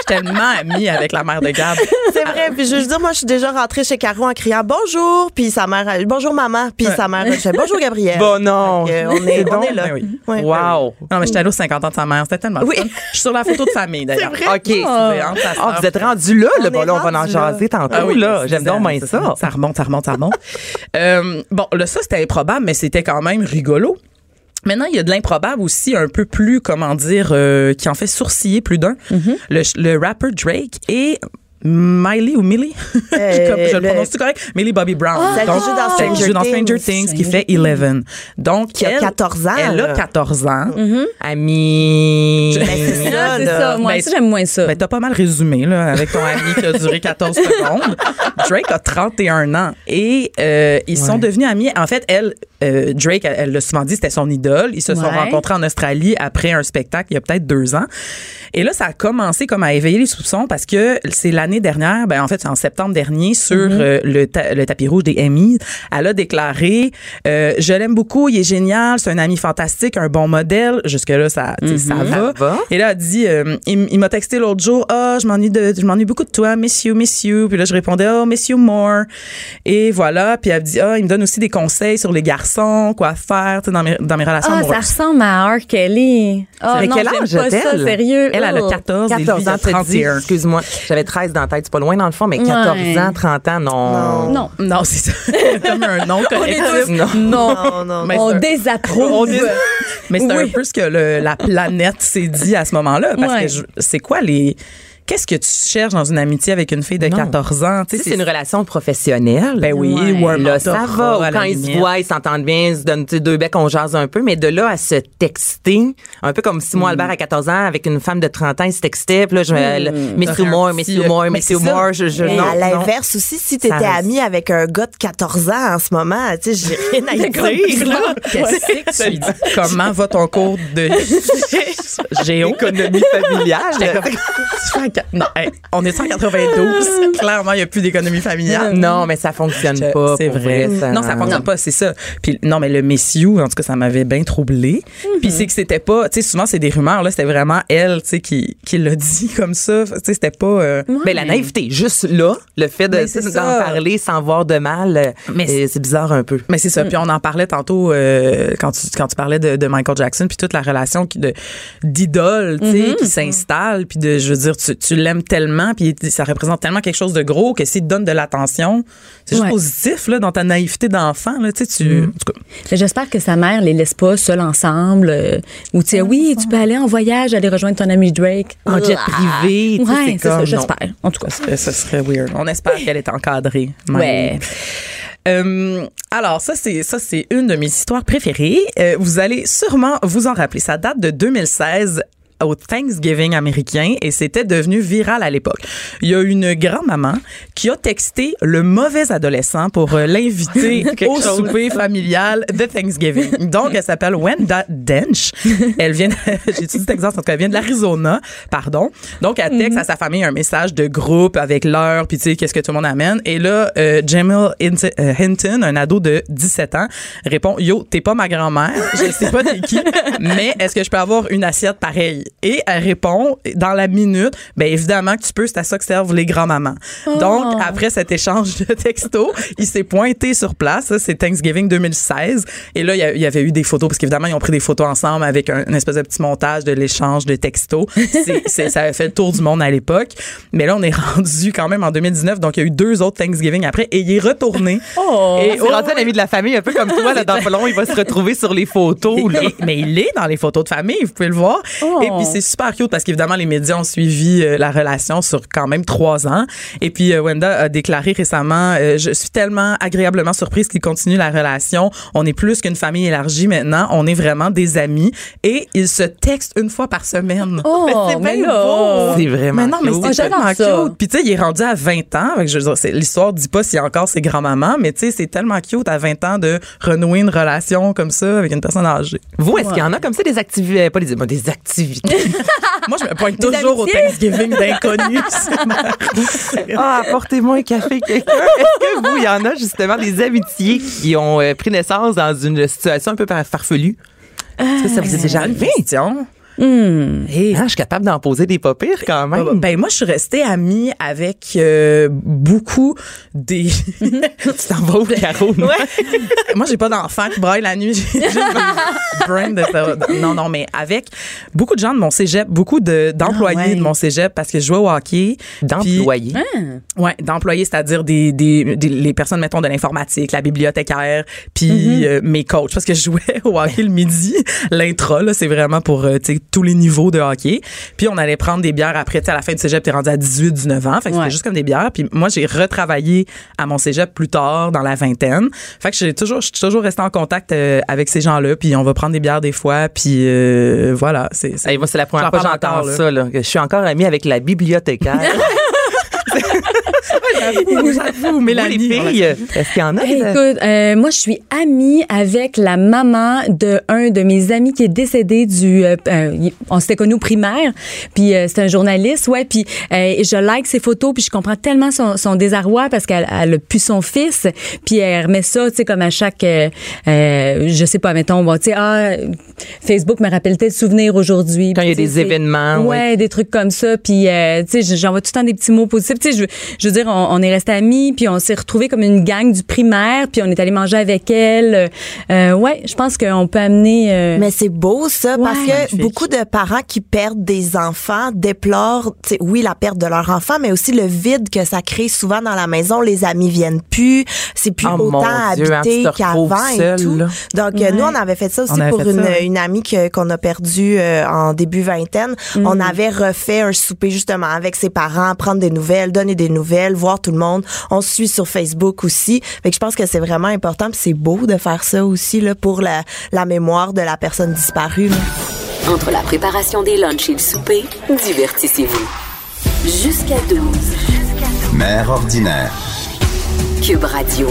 amie avec la mère de Gab. C'est vrai. Puis je veux dire, moi, je suis déjà rentrée chez Caro en criant bonjour, puis sa mère, bonjour maman, puis ouais. sa mère, je fais bonjour Gabrielle. Bon non, euh, on est, on est là. Ben oui. Ouais. Wow. Non mais j'étais allée aux cinquante ans de sa mère, c'était tellement oui. fun. Je suis sur la photo de famille d'ailleurs. C'est vrai. Ok. Oh. Oh, vous êtes rendu là, là. Bon là, on va en jaser tantôt ah oui, là. J'aime donc bien ça. Ça remonte, ça remonte, ça remonte. euh, bon là, ça c'était improbable, mais c'était quand même rigolo. Maintenant, il y a de l'improbable aussi, un peu plus, comment dire, euh, qui en fait sourciller plus d'un. Mm-hmm. Le, le rapper Drake et Miley ou Millie, euh, Comme, je le, le prononce-tu correct? Millie Bobby Brown. Oh, Donc, joue dans Stranger, qui joue dans Stranger Things, Things qui fait Eleven. Donc, qui a elle, quatorze ans. Elle a quatorze ans. Mm-hmm. Amie. Ben, c'est ça, c'est ça. Moi, ben, ça, j'aime moins ça. Ben, t'as pas mal résumé, là, avec ton ami qui a duré quatorze secondes. Drake a trente et un ans. Et, euh, ils ouais. sont devenus amis. En fait, elle, euh, Drake, elle, elle l'a souvent dit, c'était son idole. Ils se ouais. sont rencontrés en Australie après un spectacle il y a peut-être deux ans. Et là, ça a commencé comme à éveiller les soupçons parce que c'est l'année dernière, ben en fait, c'est en septembre dernier, sur mm-hmm. euh, le, ta- le tapis rouge des Emmys, elle a déclaré euh, « Je l'aime beaucoup, il est génial, c'est un ami fantastique, un bon modèle. » Jusque-là, ça, mm-hmm. ça va. va. Et là, elle dit euh, il, il m'a texté l'autre jour « Ah, oh, je m'ennuie de, je m'ennuie beaucoup de toi, miss you, miss you. » Puis là, je répondais « Oh, miss you more. » Et voilà. Puis elle dit « Ah, oh, il me donne aussi des conseils sur les garçons, quoi faire dans mes, dans mes relations ah, amoureuses. » Ça ressemble à R. Kelly. Oh, mais non, quel âge j'aime pas ça, sérieux. Elle, elle a quatorze, quatorze ans, trente et un. Excuse-moi, j'avais treize dans la tête, c'est pas loin dans le fond, mais quatorze ouais. ans, trente ans, non. Non, non c'est ça. Comme un nom collectif. Non, non, non, non. Mais on désapprouve. Dés... Mais c'est Oui. un peu ce que le, la planète s'est dit à ce moment-là. Parce Ouais. que je- c'est quoi les... Qu'est-ce que tu cherches dans une amitié avec une fille de Non. quatorze ans? Tu sais, c'est une relation professionnelle. Ben oui, Ouais. ou un Là, ça mentorat, va. Ou à la quand ils se limite. voient, ils s'entendent bien, ils se donnent tu sais, deux becs, on jase un peu. Mais de là à se texter, un peu comme Simon Albert à quatorze ans, avec une femme de trente ans, ils se textaient. Puis là, je me. Miss Ça fait un Humor, petit, Miss euh, Humor, mais Miss c'est ça. Humor. Je, je, Mais non, à non. l'inverse aussi, si t'étais Ça- amie avec un gars de quatorze ans en ce moment, tu sais, j'ai rien à dire, là. Qu'est-ce que tu dis? Comment va ton cours de géo? Économie familiale. Non, hey, on est en quatre-vingt-douze. Clairement, il n'y a plus d'économie familiale. Non, mais ça fonctionne pas. C'est pour vrai. ça- Non, ça fonctionne pas, c'est ça. Puis non, mais le Miss You, en tout cas, ça m'avait bien troublé. Puis c'est que c'était pas, tu sais, souvent c'est des rumeurs là, c'était vraiment elle, tu sais, qui qui l'a dit comme ça. Tu sais, c'était pas. euh, Ben, la naïveté, juste là, le fait de Mais c'est d'en ça. parler sans voir de mal, euh, Mais euh, c'est bizarre un peu. Mais c'est ça. Puis on en parlait tantôt euh, quand tu quand tu parlais de, de Michael Jackson puis toute la relation qui- de d'idole, tu sais, qui s'installe puis de, je veux dire, tu, tu l'aimes tellement puis ça représente tellement quelque chose de gros que s'il te donne de l'attention, c'est juste Ouais. positif là dans ta naïveté d'enfant là, tu sais, tu. En tout cas, Mais j'espère que sa mère les laisse pas seuls ensemble. euh, ou tu sais, oui, tu peux aller en voyage, aller rejoindre ton ami Drake. En jet privé, tu sais, Ouais, c'est c'est ça, comme, j'espère. En tout cas. ça, ça serait weird. On espère qu'elle est encadrée. même. Ouais. Euh, alors ça c'est ça c'est une de mes histoires préférées. Euh, vous allez sûrement vous en rappeler. Ça date de deux mille seize. Au Thanksgiving américain et c'était devenu viral à l'époque. Il y a une grand-maman qui a texté le mauvais adolescent pour euh, l'inviter au souper familial de Thanksgiving. Donc, elle s'appelle Wenda Dench. Elle vient, j'ai étudié Texas, en tout cas, elle vient de l'Arizona, pardon. Donc, elle texte à sa famille un message de groupe avec l'heure, puis tu sais, qu'est-ce que tout le monde amène. Et là, euh, Jamil Hinton, euh, Hinton, un ado de dix-sept ans, répond « Yo, t'es pas ma grand-mère, je sais pas t'es qui, mais est-ce que je peux avoir une assiette pareille? » Et elle répond dans la minute, ben évidemment que tu peux, c'est à ça que servent les grands-mamans. Oh. Donc, après cet échange de textos, il s'est pointé sur place. Ça, c'est Thanksgiving deux mille seize. Et là, il y, a- il y avait eu des photos, parce qu'évidemment, ils ont pris des photos ensemble avec un, une espèce de petit montage de l'échange de textos. C'est, c'est, ça avait fait le tour du monde à l'époque. Mais là, on est rendu quand même en deux mille dix-neuf, donc il y a eu deux autres Thanksgiving après, et il est retourné. Oh. Et C'est rendu un ami de la famille, un peu comme toi, là, dans le long, il va se retrouver sur les photos, là. Et- mais il est dans les photos de famille, vous pouvez le voir. Oh. Et puis c'est super cute parce qu'évidemment les médias ont suivi euh, la relation sur quand même trois ans. Et puis euh, Wenda a déclaré récemment, euh, je suis tellement agréablement surprise qu'il continue la relation. On est plus qu'une famille élargie maintenant. On est vraiment des amis. Et ils se textent une fois par semaine. Oh, c'est mais bien là. beau. C'est vraiment Mais non, mais cute. c'est Ah, j'adore tellement ça. cute. Puis tu sais, il est rendu à vingt ans. Fait que je veux dire, c'est- l'histoire dit pas s'il y a encore ses grands-mamans, mais tu sais, c'est tellement cute à vingt ans de renouer une relation comme ça avec une personne âgée. Vous, est-ce qu'il y en a comme ça des activités, pas des, bon, des activités? Moi, je me pointe toujours au Thanksgiving d'inconnus. Ah, apportez-moi un café, quelqu'un. Est-ce que vous, il y en a justement des amitiés qui ont euh, pris naissance dans une situation un peu par- farfelue? Est-ce que ça vous est déjà arrivé? Question. Hey, ah, je suis capable d'en poser des pas pires quand même. Ben moi, je suis restée amie avec euh, beaucoup des. Tu t'en vas où, Caro? Moi, j'ai pas d'enfant qui braille la nuit. J'ai juste un brain de- Non, non, mais avec beaucoup de gens de mon cégep, beaucoup de d'employés Ah ouais. de mon cégep parce que je jouais au hockey. D'employés. Puis- Ouais, d'employés, c'est-à-dire des, des, des les personnes mettons de l'informatique, la bibliothécaire, puis euh, mes coachs parce que je jouais au hockey le midi. L'intra là, c'est vraiment pour euh, tu sais tous les niveaux de hockey. Puis on allait prendre des bières après, tu sais à la fin du cégep, t'es rendu à dix-huit, dix-neuf ans, fait que Ouais. c'était juste comme des bières. Puis moi j'ai retravaillé à mon cégep plus tard dans la vingtaine. Fait que j'ai toujours je suis toujours restée en contact euh, avec ces gens-là, puis on va prendre des bières des fois, puis euh, voilà, c'est c'est- Hey, moi, c'est la première J'en fois que parle j'entends encore, là. ça. Là. Je suis encore amie avec la bibliothécaire. J'avoue, Mélanie. Vous, les filles, est-ce qu'il y en a? Hey, des- écoute, euh, moi, je suis amie avec la maman de un de mes amis qui est décédé du... euh, euh, il- on s'était connus au primaire, puis euh, c'est un journaliste, ouais, puis euh, je like ses photos, puis je comprends tellement son, son désarroi parce qu'elle elle a pu son fils, puis elle remet ça, tu sais, comme à chaque... Euh, euh, je sais pas, mettons, bon, tu sais, ah, Facebook me rappelle tel souvenir aujourd'hui. Quand il y a Puis, tu des sais, c'est- événements, Ouais, des trucs comme ça, puis, euh, tu sais, j'envoie tout le temps des petits mots positifs. Tu sais, je, je veux veux dire, on, on est restés amis, puis on s'est retrouvés comme une gang du primaire, puis on est allé manger avec elle. Euh, ouais, je pense qu'on peut amener... Euh... Mais c'est beau, ça, Ouais. parce que Magnifique. beaucoup de parents qui perdent des enfants déplorent, tu sais, oui, la perte de leur enfant, mais aussi le vide que ça crée souvent dans la maison. Les amis viennent plus, c'est plus Oh, mon autant Dieu, hein, habité tu te retrouves qu'avant et seul, tout. là. Donc, euh, nous, on avait fait ça aussi On avait pour fait une, ça, ouais. une amie que, qu'on a perdue euh, en début vingtaine. On avait refait un souper, justement, avec ses parents, prendre des nouvelles, donner des nouvelles, voir tout le monde. On se suit sur Facebook aussi. Fait que je pense que c'est vraiment important, puis c'est beau de faire ça aussi, là, pour la, la mémoire de la personne disparue, là. Entre la préparation des lunchs et le souper, divertissez-vous. Jusqu'à douze. Mère ordinaire. Cube Radio.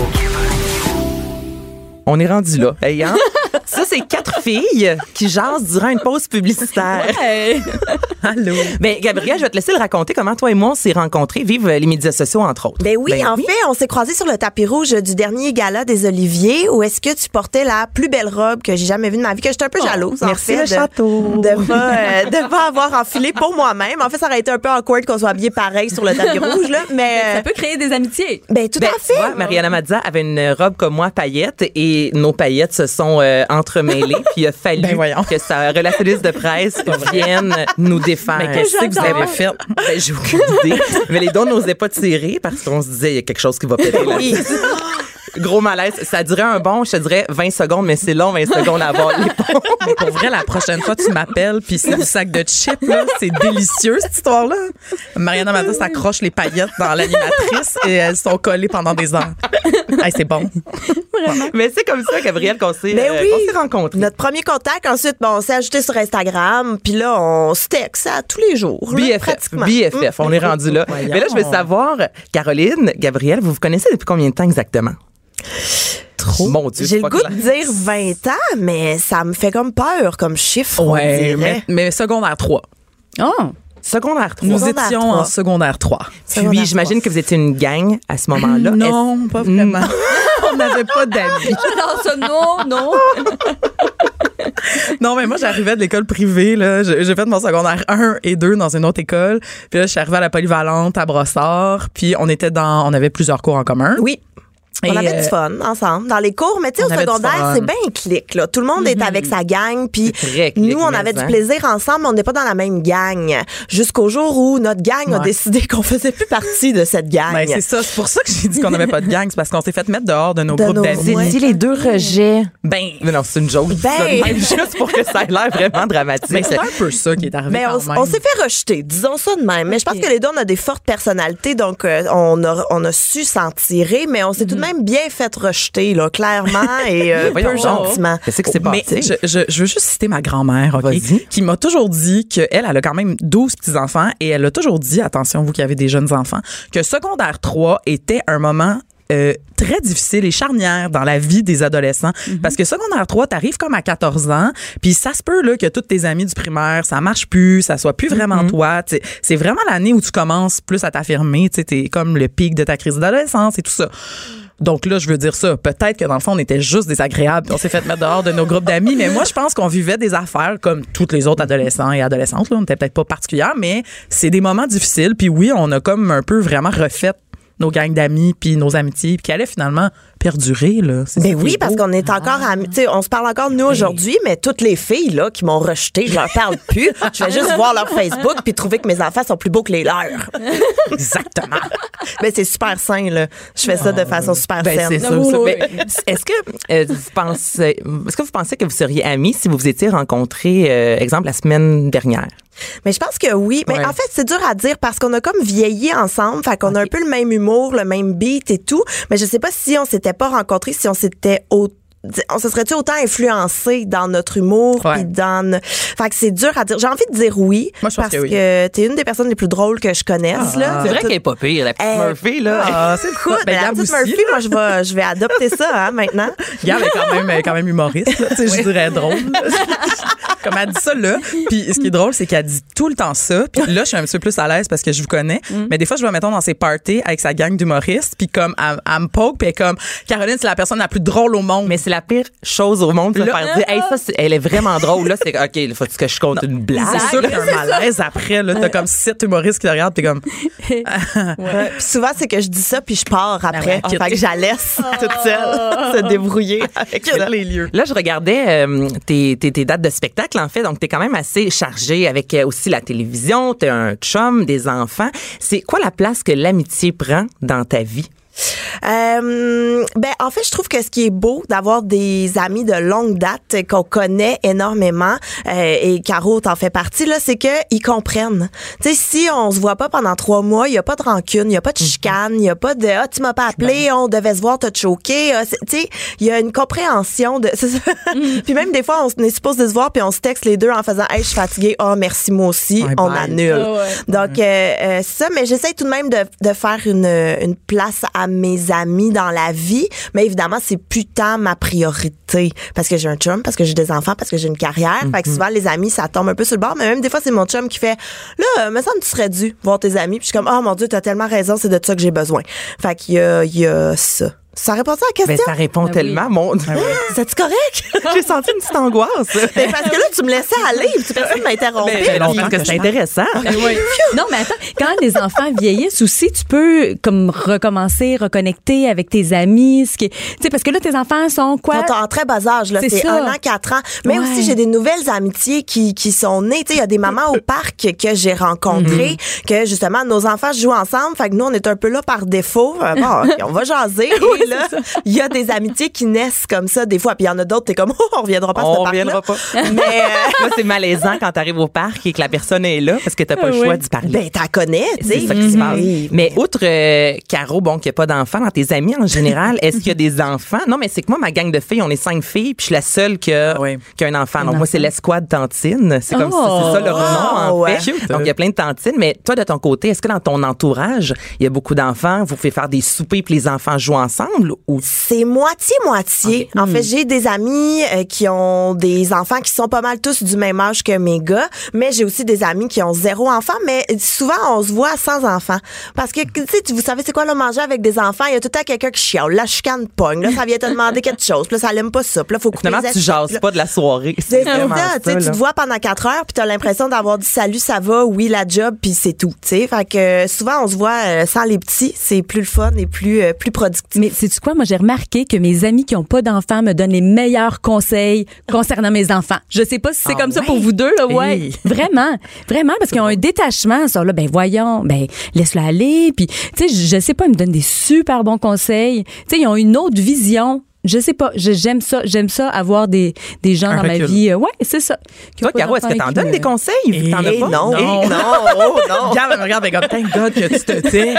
On est rendu là. Hey, hein? Ça, c'est quatre filles qui jasent durant une pause publicitaire. Allô? Ben, Gabrielle, je vais te laisser le raconter comment toi et moi on s'est rencontrés, vivre les médias sociaux, entre autres. Ben oui, Ben en fait, on s'est croisés sur le tapis rouge du dernier gala des Oliviers où est-ce que tu portais la plus belle robe que j'ai jamais vue de ma vie, que j'étais un peu jalouse, en merci, fait. le de, château. De pas, euh, de pas avoir enfilé pour moi-même. En fait, ça aurait été un peu awkward qu'on soit habillés pareil sur le tapis rouge, là, mais... euh, Ça peut créer des amitiés. ben, tout Ben, à tu fait. vois, Mariana Mazza avait une robe comme moi, paillettes, et nos paillettes se sont euh, entremêlées, puis il a fallu Ben voyons. que sa relationiste de presse vienne nous défaire. Mais qu'est-ce que vous avez fait? Ben, j'ai aucune idée. Mais les dons n'osaient pas tirer parce qu'on se disait, il y a quelque chose qui va péter là. Oui. Gros malaise. Ça durait un bon, je te dirais, vingt secondes, mais c'est long, vingt secondes à avoir les ponts. Mais pour vrai, la prochaine fois, tu m'appelles, puis c'est du sac de chips, là. C'est délicieux, cette histoire-là. Mariana Mazza s'accroche les paillettes dans l'animatrice et elles sont collées pendant des heures. Hey, c'est bon. Mais c'est comme ça, Gabrielle, qu'on s'est, Ben euh, oui. qu'on s'est rencontrés. Notre premier contact, ensuite, bon, on s'est ajouté sur Instagram, puis là, on se texte à tous les jours. là, B F F, pratiquement. B F F, on est rendu là. Voyons. Mais là, je veux savoir, Caroline, Gabrielle, vous vous connaissez depuis combien de temps exactement? Trop. Mon Dieu. J'ai c'est le pas goût clair. de dire vingt ans, mais ça me fait comme peur comme chiffre, on Ouais, dirait. mais, mais secondaire trois. Oh! Secondaire trois. Nous Secondaire étions trois. en secondaire trois. Puis, j'imagine que vous étiez une gang à ce moment-là. Non, pas vraiment. On n'avait pas d'amis. Non, ça, non, non. Non, mais moi, j'arrivais de l'école privée, là. J'ai j'ai fait mon secondaire un et deux dans une autre école. Puis là, je suis arrivée à la polyvalente à Brossard. Puis on était dans, on avait plusieurs cours en commun. Oui. On Et, avait euh, du fun ensemble dans les cours, mais tu sais, on au avait du secondaire, fun. c'est bien clic, là. Tout le monde est avec sa gang, puis C'est très clic, nous, on mais avait hein. du plaisir ensemble, mais on n'est pas dans la même gang. Jusqu'au jour où notre gang a Ouais. décidé qu'on faisait plus partie de cette gang. Ben, c'est ça. C'est pour ça que j'ai dit qu'on n'avait pas de gang. C'est parce qu'on s'est fait mettre dehors de nos De groupes nos- d'amis. C'est Ouais. dit les deux rejets. Ben, Mais non, c'est une joke. Ben. Ça de même, juste pour que ça ait l'air vraiment dramatique. mais c'est un peu ça qui est arrivé Mais on, quand même. on s'est fait rejeter, disons ça de même. Mais je pense que les deux, on a des fortes personnalités, donc euh, on, a, on a su s'en tirer, mais on s'est tout de même bien fait rejeter, là, clairement, et euh, Voyons peu donc. gentiment. Qu'est-ce que c'est Mais passé? je, je, je veux juste citer ma grand-mère, OK, Vas-y. qui m'a toujours dit qu'elle, elle a quand même douze petits-enfants et elle a toujours dit, attention, vous qui avez des jeunes enfants, que secondaire trois était un moment euh, très difficile et charnière dans la vie des adolescents. Parce que secondaire trois, t'arrives comme à quatorze ans, puis ça se peut là, que tous tes amis du primaire, ça marche plus, ça soit plus vraiment toi. T'sais, c'est vraiment l'année où tu commences plus à t'affirmer. Tu sais, t'es comme le pic de ta crise d'adolescence et tout ça. Donc là, je veux dire ça. Peut-être que dans le fond, on était juste désagréables. puis On s'est fait mettre dehors de nos groupes d'amis. Mais moi, je pense qu'on vivait des affaires comme tous les autres adolescents et adolescentes. Là. On n'était peut-être pas particuliers, mais c'est des moments difficiles. Puis oui, on a comme un peu vraiment refait nos gangs d'amis puis nos amitiés puis qui allaient finalement perdurer. Là. C'est ça Ben qui oui, est parce beau. qu'on est encore amis. Tu sais, on se parle encore de nous aujourd'hui, mais toutes les filles là qui m'ont rejeté, je leur parle plus. Je vais juste voir leur Facebook puis trouver que mes enfants sont plus beaux que les leurs. Exactement. Mais c'est super sain là. Je fais ça de façon super Ben, saine. c'est ça. Oui, ça. oui. Mais est-ce que euh, vous pensez, est-ce que vous pensez que vous seriez amis si vous vous étiez rencontrés, euh, exemple, la semaine dernière? Mais je pense que oui. Mais Ouais. en fait, c'est dur à dire parce qu'on a comme vieilli ensemble. Fait qu'on a un peu le même humour, le même beat et tout. Mais je sais pas si on s'était pas rencontrés, si on s'était au on se serait-tu autant influencé dans notre humour Ouais. puis dans no- fait que c'est dur à dire. J'ai envie de dire oui Moi, je pense parce que oui. que t'es une des personnes les plus drôles que je connaisse là. C'est vrai qu'elle est pas pire, la petite Eh, Murphy, là. Ah, c'est le Écoute, Ben, mais la Gab petite aussi, Murphy, moi je vais je vais adopter ça hein, maintenant. Gab est quand même, est quand même humoriste. là. Tu sais, Je dirais drôle. Comme elle dit ça là. Puis ce qui est drôle, c'est qu'elle dit tout le temps ça. Puis là, je suis un petit peu plus à l'aise parce que je vous connais. Mm. Mais des fois, je vais, mettons, dans ses parties avec sa gang d'humoristes. Puis comme, elle, elle me poke. Puis elle est comme, Caroline, c'est la personne la plus drôle au monde. Mais c'est la pire chose au monde de là, faire dire, hey, ça, c'est, elle est vraiment drôle. Là, c'est, OK, il faut que je compte une blague. C'est sûr qu'il y a un malaise après. Là, t'as comme sept humoristes qui te regardent. Puis comme. Ouais. Puis souvent, c'est que je dis ça, puis je pars après. Ah ouais, fait que je la laisse toute seule se débrouiller avec ça. les lieux. Là, je regardais euh, tes, tes, tes dates de spectacle, en fait. Donc, t'es quand même assez chargée avec euh, aussi la télévision. T'as un chum, des enfants. C'est quoi la place que l'amitié prend dans ta vie? Euh, ben en fait, je trouve que ce qui est beau d'avoir des amis de longue date qu'on connaît énormément euh, et Caro t'en fait partie là, c'est que ils comprennent. Tu sais, si on se voit pas pendant trois mois, il y a pas de rancune, il y a pas de chicane, il y a pas de ah tu m'as pas appelé, on devait se voir, t'as choqué. Ah, tu sais, il y a une compréhension de. C'est ça. Puis même des fois, on est supposé se voir puis on se texte les deux en faisant hey je suis fatiguée, oh merci moi aussi, ouais, on bye. annule. Oh, ouais. Donc euh, euh, c'est ça, mais j'essaie tout de même de, de faire une une place à mes amis dans la vie, mais évidemment, c'est plus tant ma priorité parce que j'ai un chum, parce que j'ai des enfants, parce que j'ai une carrière. Mm-hmm. Fait que souvent, les amis, ça tombe un peu sur le bord, mais même des fois, c'est mon chum qui fait là, me semble que tu serais dû voir tes amis. Puis je suis comme, oh mon Dieu, t'as tellement raison, c'est de ça que j'ai besoin. Fait qu'il y a, il y a ça. Ça répond à la question? Ben, ça répond ben tellement, oui. mon. Ah oui. C'est-tu correct? J'ai senti une petite angoisse. Ben, parce que là, tu me laissais aller, puis personne m'a interrompu. Ben, ben, parce que c'est intéressant. Oui. Non, mais attends, quand les enfants vieillissent aussi, tu peux comme recommencer, reconnecter avec tes amis, ce qui, tu sais, parce que là tes enfants sont quoi? Sont en très bas âge, là, c'est, c'est un an, quatre ans. Mais ouais. aussi j'ai des nouvelles amitiés qui qui sont nées. Tu sais, il y a des mamans au parc que j'ai rencontrées, mm-hmm. que justement nos enfants jouent ensemble. Fait que nous on est un peu là par défaut. Bon, on va jaser. Et là, il y a des amitiés qui naissent comme ça des fois. Puis il y en a d'autres, t'es comme oh, on reviendra pas à ce On parc-là. reviendra pas. Mais euh, là, c'est malaisant quand t'arrives au parc et que la personne est là parce que t'as pas le oui. choix d'y parler. ben t'en connais, tu sais. C'est ça qui se passe. Mm-hmm. Mais outre euh, Caro, bon, qu'il n'y a pas d'enfants dans tes amis en général, est-ce qu'il y a des enfants? Non, mais c'est que moi, ma gang de filles, on est cinq filles, puis je suis la seule qui a, oui. qui a un enfant. Un Donc, enfant. moi, c'est l'escouade tantine. C'est comme Oh. ça, c'est ça leur nom, en ouais. fait. Cute. Donc, il y a plein de tantines. Mais toi, de ton côté, est-ce que dans ton entourage, il y a beaucoup d'enfants? Vous pouvez faire des soupers puis les enfants jouent ensemble? Ou C'est moitié-moitié. Okay. En fait, j'ai des amis euh, qui ont des enfants qui sont pas mal tous du même âge que mes gars, mais j'ai aussi des amis qui ont zéro enfant, mais souvent, on se voit sans enfants. Parce que, tu sais, vous savez c'est quoi, là, manger avec des enfants, il y a tout le temps quelqu'un qui chiale. La chicane pogne. Là, ça vient te demander quelque chose. Puis là, ça l'aime pas ça. Puis là, faut couper finalement, les tu assiettes. jases pas de la soirée. C'est vraiment ça, tu sais, tu là. te vois pendant quatre heures, puis t'as l'impression d'avoir dit salut, ça va, oui, la job, puis c'est tout, tu sais. Fait que euh, souvent, on se voit euh, sans les petits, c'est plus le fun et plus, euh, plus productif. Mais sais-tu quoi? Moi, j'ai remarqué que mes amis qui ont pas d'enfants me donnent les meilleurs conseils concernant mes enfants. Je sais pas si c'est Ah comme ça ouais? pour vous deux, là, ouais. Hey. Vraiment, vraiment, parce qu'ils ont un détachement. Ils sont là, ben voyons, ben laisse-le aller. Puis, tu sais, je sais pas, ils me donnent des super bons conseils. Tu sais, ils ont une autre vision. Je sais pas, je- j'aime ça, j'aime ça avoir des des gens Un dans ma recul. vie. Euh, ouais, c'est ça. Qui ont Toi, pas Caro, est-ce que d'enfants t'en et qui donnes me- des conseils? Vu que t'en as Eh pas? non, Eh non, oh, non. Regarde, elle me regarde, elle est comme, thank God que tu te tais.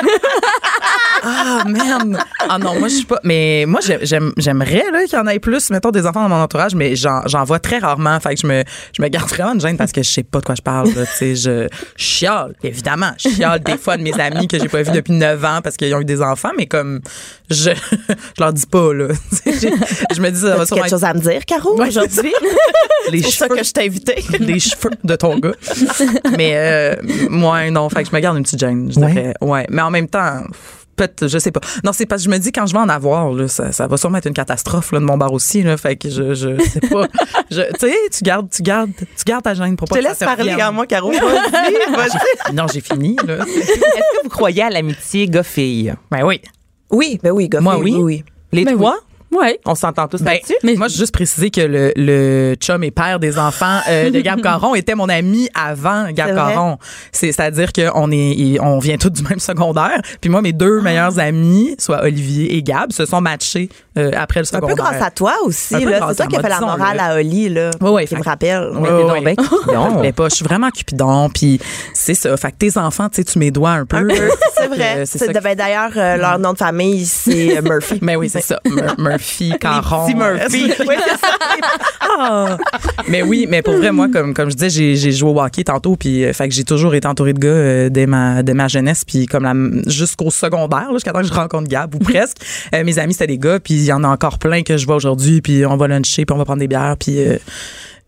Ah, merde. Ah non, moi, je suis pas. Mais moi, j'ai- j'aime, j'aimerais là, qu'il y en ait plus, mettons, des enfants dans mon entourage, mais j'en, j'en vois très rarement. Fait que je me, je me garde vraiment une gêne parce que je sais pas de quoi je parle. Là, tu sais, je chiale, évidemment. Je chiale des fois de mes amis que j'ai pas vus depuis neuf ans parce qu'ils ont eu des enfants, mais comme, je, je leur dis pas, là. Tu sais, j'ai- je me dis, ça va As-tu sûrement quelque chose à me dire, Caro, Ouais, aujourd'hui? les C'est pour ça cheveux, que je t'ai invité. les cheveux de ton gars. Mais euh, moi, non, fait que je me garde une petite gêne, je Ouais. dirais. Ouais, mais en même temps, peut-être, je sais pas. Non, c'est parce que je me dis quand je vais en avoir, là, ça, ça va sûrement être une catastrophe là, de mon bar aussi. Là, fait que je, je sais pas. Je- Tu sais, tu gardes, tu gardes, tu gardes ta gêne pour Je pas te que laisse ça te parler, revienne. regarde-moi, Caro. Vas-y, vas-y. Non, j'ai fini. Là. Est-ce que vous croyez à l'amitié gars-fille? Ben oui. Oui, ben oui, gars. Moi, oui. oui. Les Ben trois? Ouais. On s'entend tous Ben, là-dessus? mais moi, je veux juste préciser que le, le chum et père des enfants euh, de Gab Caron était mon ami avant Gab C'est vrai? Caron. C'est, c'est-à-dire qu'on est, on vient tous du même secondaire. Puis moi, mes deux meilleurs amis, soit Olivier et Gab, se sont matchés euh, après le Un peu secondaire. grâce à toi aussi, Un peu là. grâce C'est toi à qui as moi, fait la disons-le. morale à Oli, là. Ouais, ouais, Qui me fait- rappelle. Ouais, Mais t'es ouais, donc ouais. ben Cupidon. Mais pas, je suis vraiment cupidon, puis c'est ça. Fait que tes enfants, tu sais, tu m'édoies un peu. Un peu, c'est Fait que, vrai. euh, C'est ça de- qui- ben, d'ailleurs, euh, leur nom de famille, c'est euh, Murphy. Mais oui, c'est ça. Mur- Murphy, Caron. Petit Murphy. Oui, c'est ça. Ah! Mais oui, mais pour vrai, moi, comme, comme je disais, j'ai, j'ai joué au hockey tantôt, puis euh, fait que j'ai toujours été entourée de gars euh, dès, ma, dès ma jeunesse, puis comme la, jusqu'au secondaire, là, jusqu'à temps que je rencontre Gab, ou presque. Euh, mes amis, c'était des gars, puis il y en a encore plein que je vois aujourd'hui, puis on va luncher, puis on va prendre des bières, puis... euh,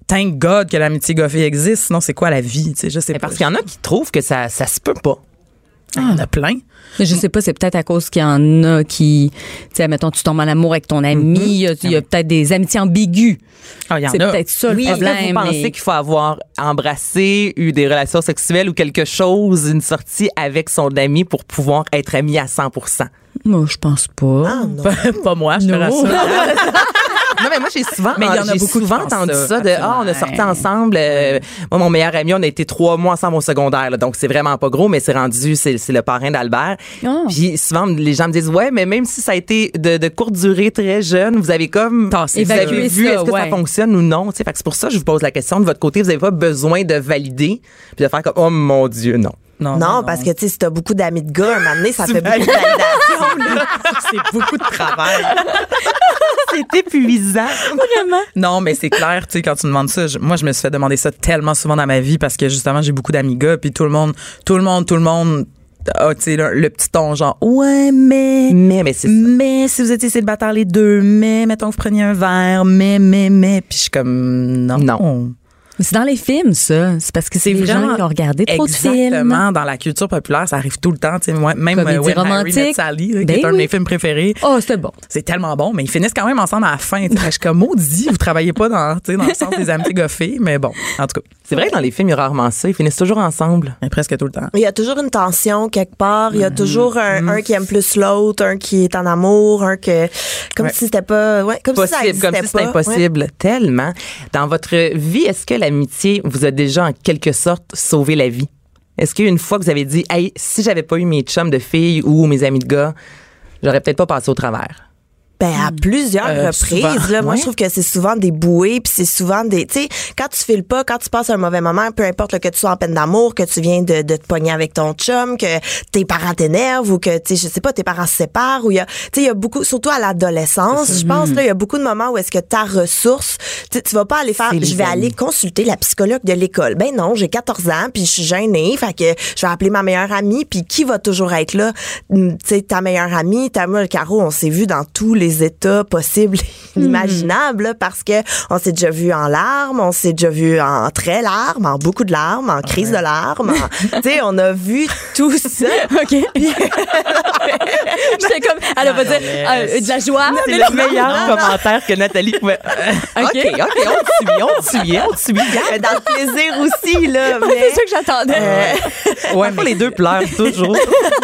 thank God que l'amitié goffée existe. Sinon, c'est quoi la vie? Tu sais, je sais Mais pas. parce qu'il y en a qui trouvent que ça, ça se peut pas. Il y en a plein. Mais je sais pas, c'est peut-être à cause qu'il y en a qui, tu sais, mettons, tu tombes en amour avec ton ami, il y a, il y a peut-être des amitiés ambiguës. Ah, il y en C'est a. peut-être ça le Oui, est-ce problème. que vous pensez mais- qu'il faut avoir embrassé, eu des relations sexuelles ou quelque chose, une sortie avec son ami pour pouvoir être ami à cent pour cent? Moi, je pense pas. Ah, non. Pas, pas moi, je te rassure. Non, mais moi, j'ai souvent, Mais il y en a j'ai beaucoup qui souvent pensent entendu ça, ça, de, ah, on a absolument. sorti ensemble. euh, moi, mon meilleur ami, on a été trois mois ensemble au secondaire, là, donc c'est vraiment pas gros, mais c'est rendu, c'est, c'est le parrain d'Albert. Oh. Puis souvent, les gens me disent, ouais, mais même si ça a été de, de courte durée, très jeune, vous avez comme, Tassé vous ça. avez Évacuer vu, ça, est-ce que ouais. ça fonctionne ou non? Tu sais, fait que c'est pour ça que je vous pose la question. De votre côté, vous n'avez pas besoin de valider puis de faire comme, oh mon Dieu, non. Non, Non, parce que, tu sais, si t'as beaucoup d'amis de gars, un moment donné, ça fait beaucoup de validation, là. c'est beaucoup de travail. C'est épuisant. Non, mais c'est clair, tu sais, quand tu me demandes ça, je- moi, je me suis fait demander ça tellement souvent dans ma vie parce que justement, j'ai beaucoup d'amis gars, puis tout le monde, tout le monde, tout le monde, ah, tu sais, le, le petit ton genre, ouais, mais, Mais, mais c'est ça. mais si vous étiez célibataires les deux, mais mettons que vous preniez un verre, mais, mais, mais, puis je suis comme, non. Non. Mais c'est dans les films, ça. C'est parce que c'est les gens qui ont regardé trop de films. Exactement. Dans la culture populaire, ça arrive tout le temps. Tu sais, moi, même Comédie euh, When Harry romantique. Met Sally, là, qui Ben est un de oui. mes films préférés. Oh, c'était bon. C'est tellement bon, mais ils finissent quand même ensemble à la fin. Tu sais, je suis comme maudit, vous travaillez pas dans, tu sais, dans le sens des amitiés goffées, mais bon, en tout cas, C'est vrai que dans les films, il y a rarement ça. Ils finissent toujours ensemble. mais presque tout le temps. Il y a toujours une tension quelque part. Il y a toujours un, un qui aime plus l'autre, un qui est en amour, un que comme Ouais. si c'était pas, ouais, comme si ça Possible, existait comme si c'était pas. impossible. Tellement. Dans votre vie, est-ce que l'amitié vous a déjà en quelque sorte sauvé la vie? Est-ce qu'une fois que vous avez dit, hey, si j'avais pas eu mes chums de filles ou mes amis de gars, j'aurais peut-être pas passé au travers? Ben, à plusieurs Euh, reprises, souvent, là. Moi, ouais. je trouve que c'est souvent des bouées, puis c'est souvent des, tu sais, quand tu files pas, quand tu passes un mauvais moment, peu importe là, que tu sois en peine d'amour, que tu viens de, de te pogner avec ton chum, que tes parents t'énervent ou que, tu sais, je sais pas, tes parents se séparent ou il y a, tu sais, il y a beaucoup, surtout à l'adolescence, je pense, là, il y a beaucoup de moments où est-ce que ta ressource, tu sais, tu vas pas aller faire, C'est les je vais amis. aller consulter la psychologue de l'école. Ben non, j'ai quatorze ans, puis je suis gênée, fait que je vais appeler ma meilleure amie, puis qui va toujours être là? Tu sais, ta meilleure amie, ta moi, Caro, on s'est vu dans tous les états possibles et inimaginables, là, parce que on s'est déjà vu en larmes, on s'est déjà vu en très larmes, en beaucoup de larmes, en crise de larmes. en- Tu sais, on a vu tout ça. OK. J'étais comme, elle va dire euh, de la joie. C'est mais le là- meilleur non, non. commentaire que Nathalie pouvait. OK, OK, on te suit, on te suit, on te suit. Mais dans le plaisir aussi, là. C'est Mais, ça que j'attendais. euh, Ouais, mais les deux pleurent toujours.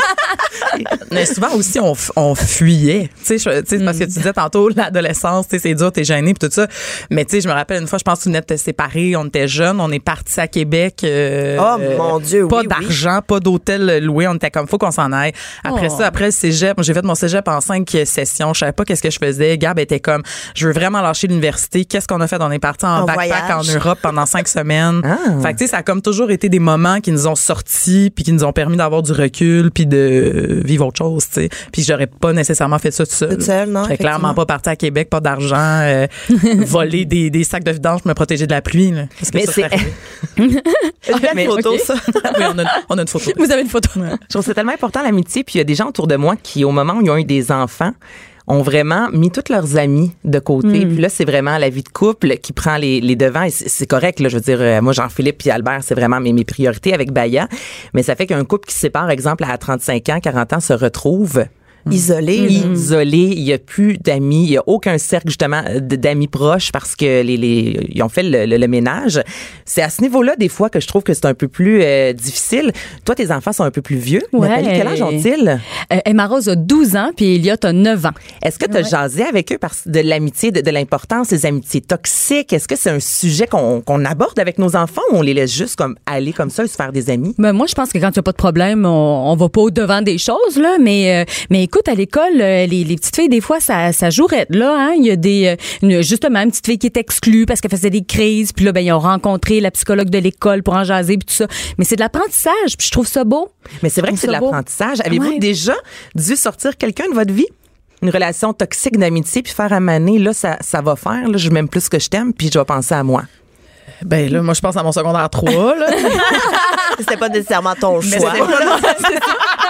Mais souvent aussi, on, f- on fuyait. Tu sais, je- tu sais, parce que tu disais tantôt, l'adolescence, tu sais, c'est dur, t'es gêné puis tout ça. Mais tu sais, je me rappelle une fois, je pense que tu venais de te séparer, on était jeunes, on est partis à Québec. euh, Oh, euh, mon Dieu, Pas oui, d'argent, pas d'hôtel loué. On était comme, faut qu'on s'en aille. Après Oh. ça, après le cégep, moi, j'ai fait mon cégep en cinq sessions. Je savais pas qu'est-ce que je faisais. Gab était comme, je veux vraiment lâcher l'université. Qu'est-ce qu'on a fait? On est parti en, En backpack voyage. en Europe pendant cinq semaines. Ah. Fait que tu sais, ça a comme toujours été des moments qui nous ont sortis puis qui nous ont permis d'avoir du recul puis de vivre autre chose, tu sais. Puis j'aurais pas nécessairement fait ça tout seul. Toute seule, non, J'aurais clairement effectivement. pas parti à Québec, pas d'argent, euh, voler des, des sacs de vidange pour me protéger de la pluie, là. Parce que Mais ça, c'est- c'est arrivé. une belle Mais, photo, ok. ça. Oui, on a, on a une photo. Vous avez une photo. Je trouve que c'est tellement important l'amitié. Puis il y a des gens autour de moi qui, au moment où ils ont eu des enfants, ont vraiment mis tous leurs amis de côté. Puis là, c'est vraiment la vie de couple qui prend les, les devants. Et c'est c'est correct, là. Je veux dire, euh, moi, Jean-Philippe puis Albert, c'est vraiment mes, mes priorités avec Baya. Mais ça fait qu'un couple qui se sépare, par exemple, à trente-cinq ans, quarante ans, se retrouve Isolé. isolé, il y a plus d'amis, il y a aucun cercle justement d- d'amis proches parce que les, les ils ont fait le, le- le ménage. C'est à ce niveau-là des fois que je trouve que c'est un peu plus euh, difficile. Toi, tes enfants sont un peu plus vieux. Ouais. Nathalie, quel âge ont-ils? Euh, Emma Rose a douze ans, puis Elliot a neuf ans. Est-ce que tu as jasé avec eux parce de l'amitié, de, de l'importance des amitiés toxiques? Est-ce que c'est un sujet qu'on qu'on aborde avec nos enfants ou on les laisse juste comme aller comme ça et se faire des amis? Ben, moi, je pense que quand il n'y a pas de problème, on, on va pas au-devant des choses, là. Mais, euh, mais écoute, à l'école, euh, les, les petites filles, des fois, ça, ça jouerait là, hein. Il y a des, euh, une, justement, une petite fille qui est exclue parce qu'elle faisait des crises. Puis là, ben, ils ont rencontré la psychologue de l'école pour en jaser, puis tout ça. Mais c'est de l'apprentissage, puis je trouve ça beau. Mais c'est vrai que Je c'est de trouve ça beau. l'apprentissage. Avez-vous Ouais. déjà dû sortir quelqu'un de votre vie? Une relation toxique d'amitié, puis faire amaner, là, ça, ça va faire. Là, je m'aime plus que je t'aime, puis je vais penser à moi. Ben là, moi, je pense à mon secondaire trois, là. C'était pas nécessairement ton Mais choix. c'était pas-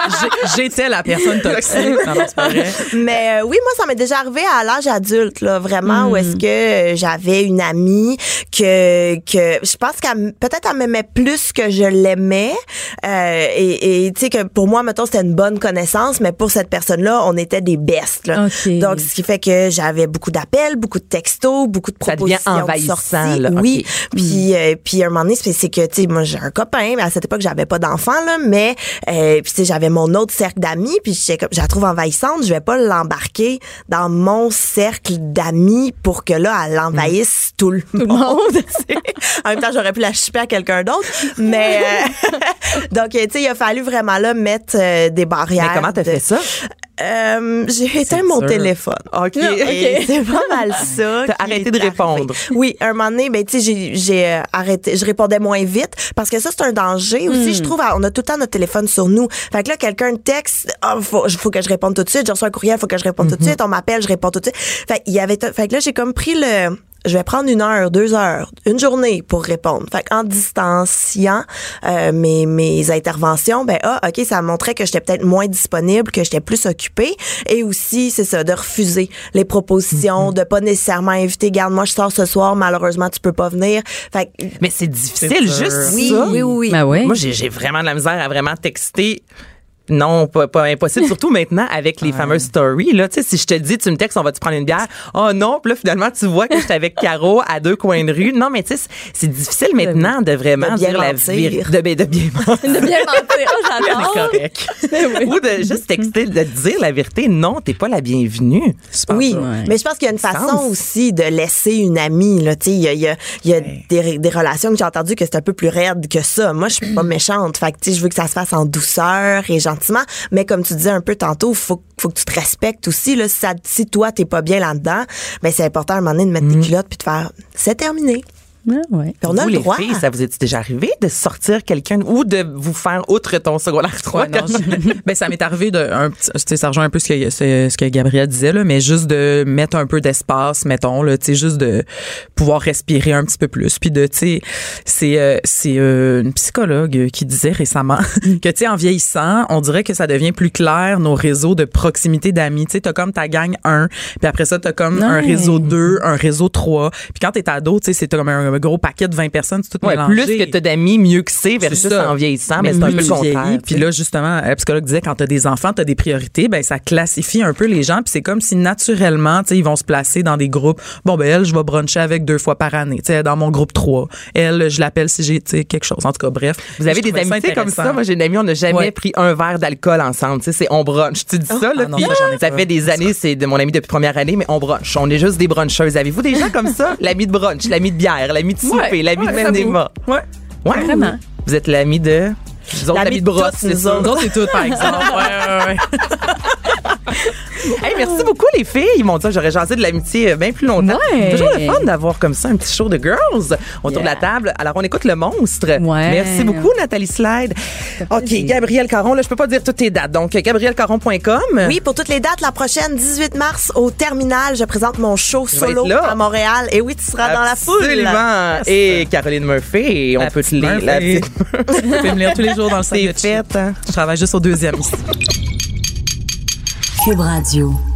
J'ai- J'étais la personne toxique. Non, non, c'est pas vrai. Mais euh, oui, moi, ça m'est déjà arrivé à l'âge adulte, là, vraiment, Hmm. où est-ce que euh, j'avais une amie que que je pense qu'elle peut-être elle m'aimait plus que je l'aimais, euh, et et tu sais que pour moi, mettons, c'était une bonne connaissance, mais pour cette personne-là, on était des bestes. Là. OK. Donc, ce qui fait que j'avais beaucoup d'appels, beaucoup de textos, beaucoup de Ça devient propositions de envahissant, sorties. là. Oui. OK. Puis euh, puis à un moment donné, c'est c'est que tu sais, moi j'ai un copain, mais à cette époque j'avais pas d'enfant là, mais euh, puis tu sais j'avais mon autre cercle d'amis, puis j'étais comme je la trouve envahissante, je vais pas l'embarquer dans mon cercle d'amis pour que là elle envahisse tout le monde. tu sais. En même temps, j'aurais pu la chipper à quelqu'un d'autre, mais euh, donc tu sais il a fallu vraiment là mettre euh, des barrières. Mais comment t'as de- fait ça? Euh, j'ai éteint mon dur. téléphone. OK. Et c'est pas mal ça. T'as qui arrêté est de arrivé. répondre. Oui, un moment donné, ben tu sais, j'ai, j'ai euh, arrêté, je répondais moins vite parce que ça c'est un danger aussi. Je trouve, on a tout le temps notre téléphone sur nous. Fait que là, quelqu'un texte, ah, faut, faut que je réponde tout de suite. J'ai reçu un courriel, faut que je réponde tout de suite. On m'appelle, je réponds tout de suite. Fait il y avait, fait que là, j'ai comme pris le je vais prendre une heure, deux heures, une journée pour répondre. Fait qu'en distanciant euh, mes mes interventions, ben ah ok, ça montrait que j'étais peut-être moins disponible, que j'étais plus occupée, et aussi c'est ça de refuser les propositions, Mm-hmm. de pas nécessairement inviter. Garde, moi je sors ce soir, malheureusement tu peux pas venir. Fait que Mais c'est difficile, C'est juste dur. oui, ça. oui, oui, oui. Ben oui. Moi, j'ai j'ai vraiment de la misère à vraiment texter. Non, pas, pas impossible. Surtout maintenant avec les fameuses stories. Là, tu sais, si je te dis, tu me textes, on va-tu prendre une bière? Oh non, puis là, finalement, tu vois que j'étais avec Caro à deux coins de rue. Non, mais tu sais, c'est- c'est difficile maintenant de vraiment De bien dire la mentir. vérité. De, bien- de bien mentir. De bien mentir. Oh, C'est j'adore. correct. Ou de juste texter, de dire la vérité. Non, t'es pas la bienvenue. Super Oui, dur. mais je pense qu'il y a une façon Sens. aussi de laisser une amie. Là, tu sais, il y a, il y a, il y a des, des relations que j'ai entendues que c'est un peu plus raide que ça. Moi, je suis pas méchante. Fait que tu sais, je veux que ça se fasse en douceur et gentiment. Mais comme tu disais un peu tantôt, faut faut que tu te respectes aussi. Là, si, ça, si toi t'es pas bien là-dedans, ben c'est important à un moment donné de mettre tes culottes puis de faire c'est terminé. Ah, ouais. Puis on a vous, le les droit. filles, ça vous est déjà arrivé de sortir quelqu'un ou de vous faire outre ton secondaire trois? Ouais, non, je- ben ça m'est arrivé de un petit, tu sais, ça rejoint un peu ce que ce, ce que Gabrielle disait là, mais juste de mettre un peu d'espace, mettons là, tu sais, juste de pouvoir respirer un petit peu plus, puis de, tu sais, c'est euh, c'est euh, une psychologue qui disait récemment que tu sais en vieillissant, on dirait que ça devient plus clair nos réseaux de proximité d'amis, tu sais, t'as comme ta gang un, puis après ça t'as comme un Ouais. réseau deux, un réseau trois, puis quand t'es ado, tu sais, c'est comme un, un gros paquet de vingt personnes, c'est tout Ouais, mélangé. plus que t'as d'amis, mieux que c'est, C'est versus ça. en vieillissant, mais, Mais c'est un peu plus le tu vieillis, contraire. Puis là, justement, la psychologue disait, quand t'as des enfants, t'as des priorités, ben ça classifie un peu les gens. Puis c'est comme si naturellement, tu sais, ils vont se placer dans des groupes. Bon, ben elle, je vais bruncher avec deux fois par année. Tu sais, dans mon groupe trois. Elle, je l'appelle si j'ai, tu sais, quelque chose. En tout cas, bref. Vous avez Je des trouvais ça amitiés comme ça? intéressant. Moi, j'ai une amie, on n'a jamais Ouais. pris un verre d'alcool ensemble. Tu sais, c'est on brunch. Tu dis ça, là, Ah non, puis ça, j'en ai ça pas. fait des années, c'est de mon ami depuis première année, mais on brunch. On est juste des bruncheuses. Avez-vous des gens comme ça? L'ami de brunch, l'ami de bière, l'ami de souper, Ouais, l'ami ouais, de j'avoue. cinéma. Ouais. Ouais. Vraiment. Vous êtes l'ami de... Nous autres, L'ami l'ami de de brosse, toutes, c'est nous ça. Nous autres, c'est tout, par exemple. Ouais, ouais, ouais. Hey, merci beaucoup, les filles. Mon Dieu, j'aurais jasé de l'amitié bien plus longtemps. Ouais. Toujours le fun d'avoir comme ça un petit show de girls autour de la table. Alors, on écoute Le Monstre. Ouais. Merci beaucoup, Nathalie Slide. OK, Gabrielle Caron, là, je peux pas dire toutes tes dates. Donc, gabrielle caron point com. Oui, pour toutes les dates, la prochaine, dix-huit mars, au Terminal, je présente mon show Je vais solo être là. à Montréal. Et oui, tu seras dans la foule. Absolument. Et Caroline Murphy, on La peut te petite lire. La Murphy. petite- Tu peux me lire tous les jours dans le sac C'est de chips. fait, hein? Je travaille juste au deuxième ici. Cube Radio.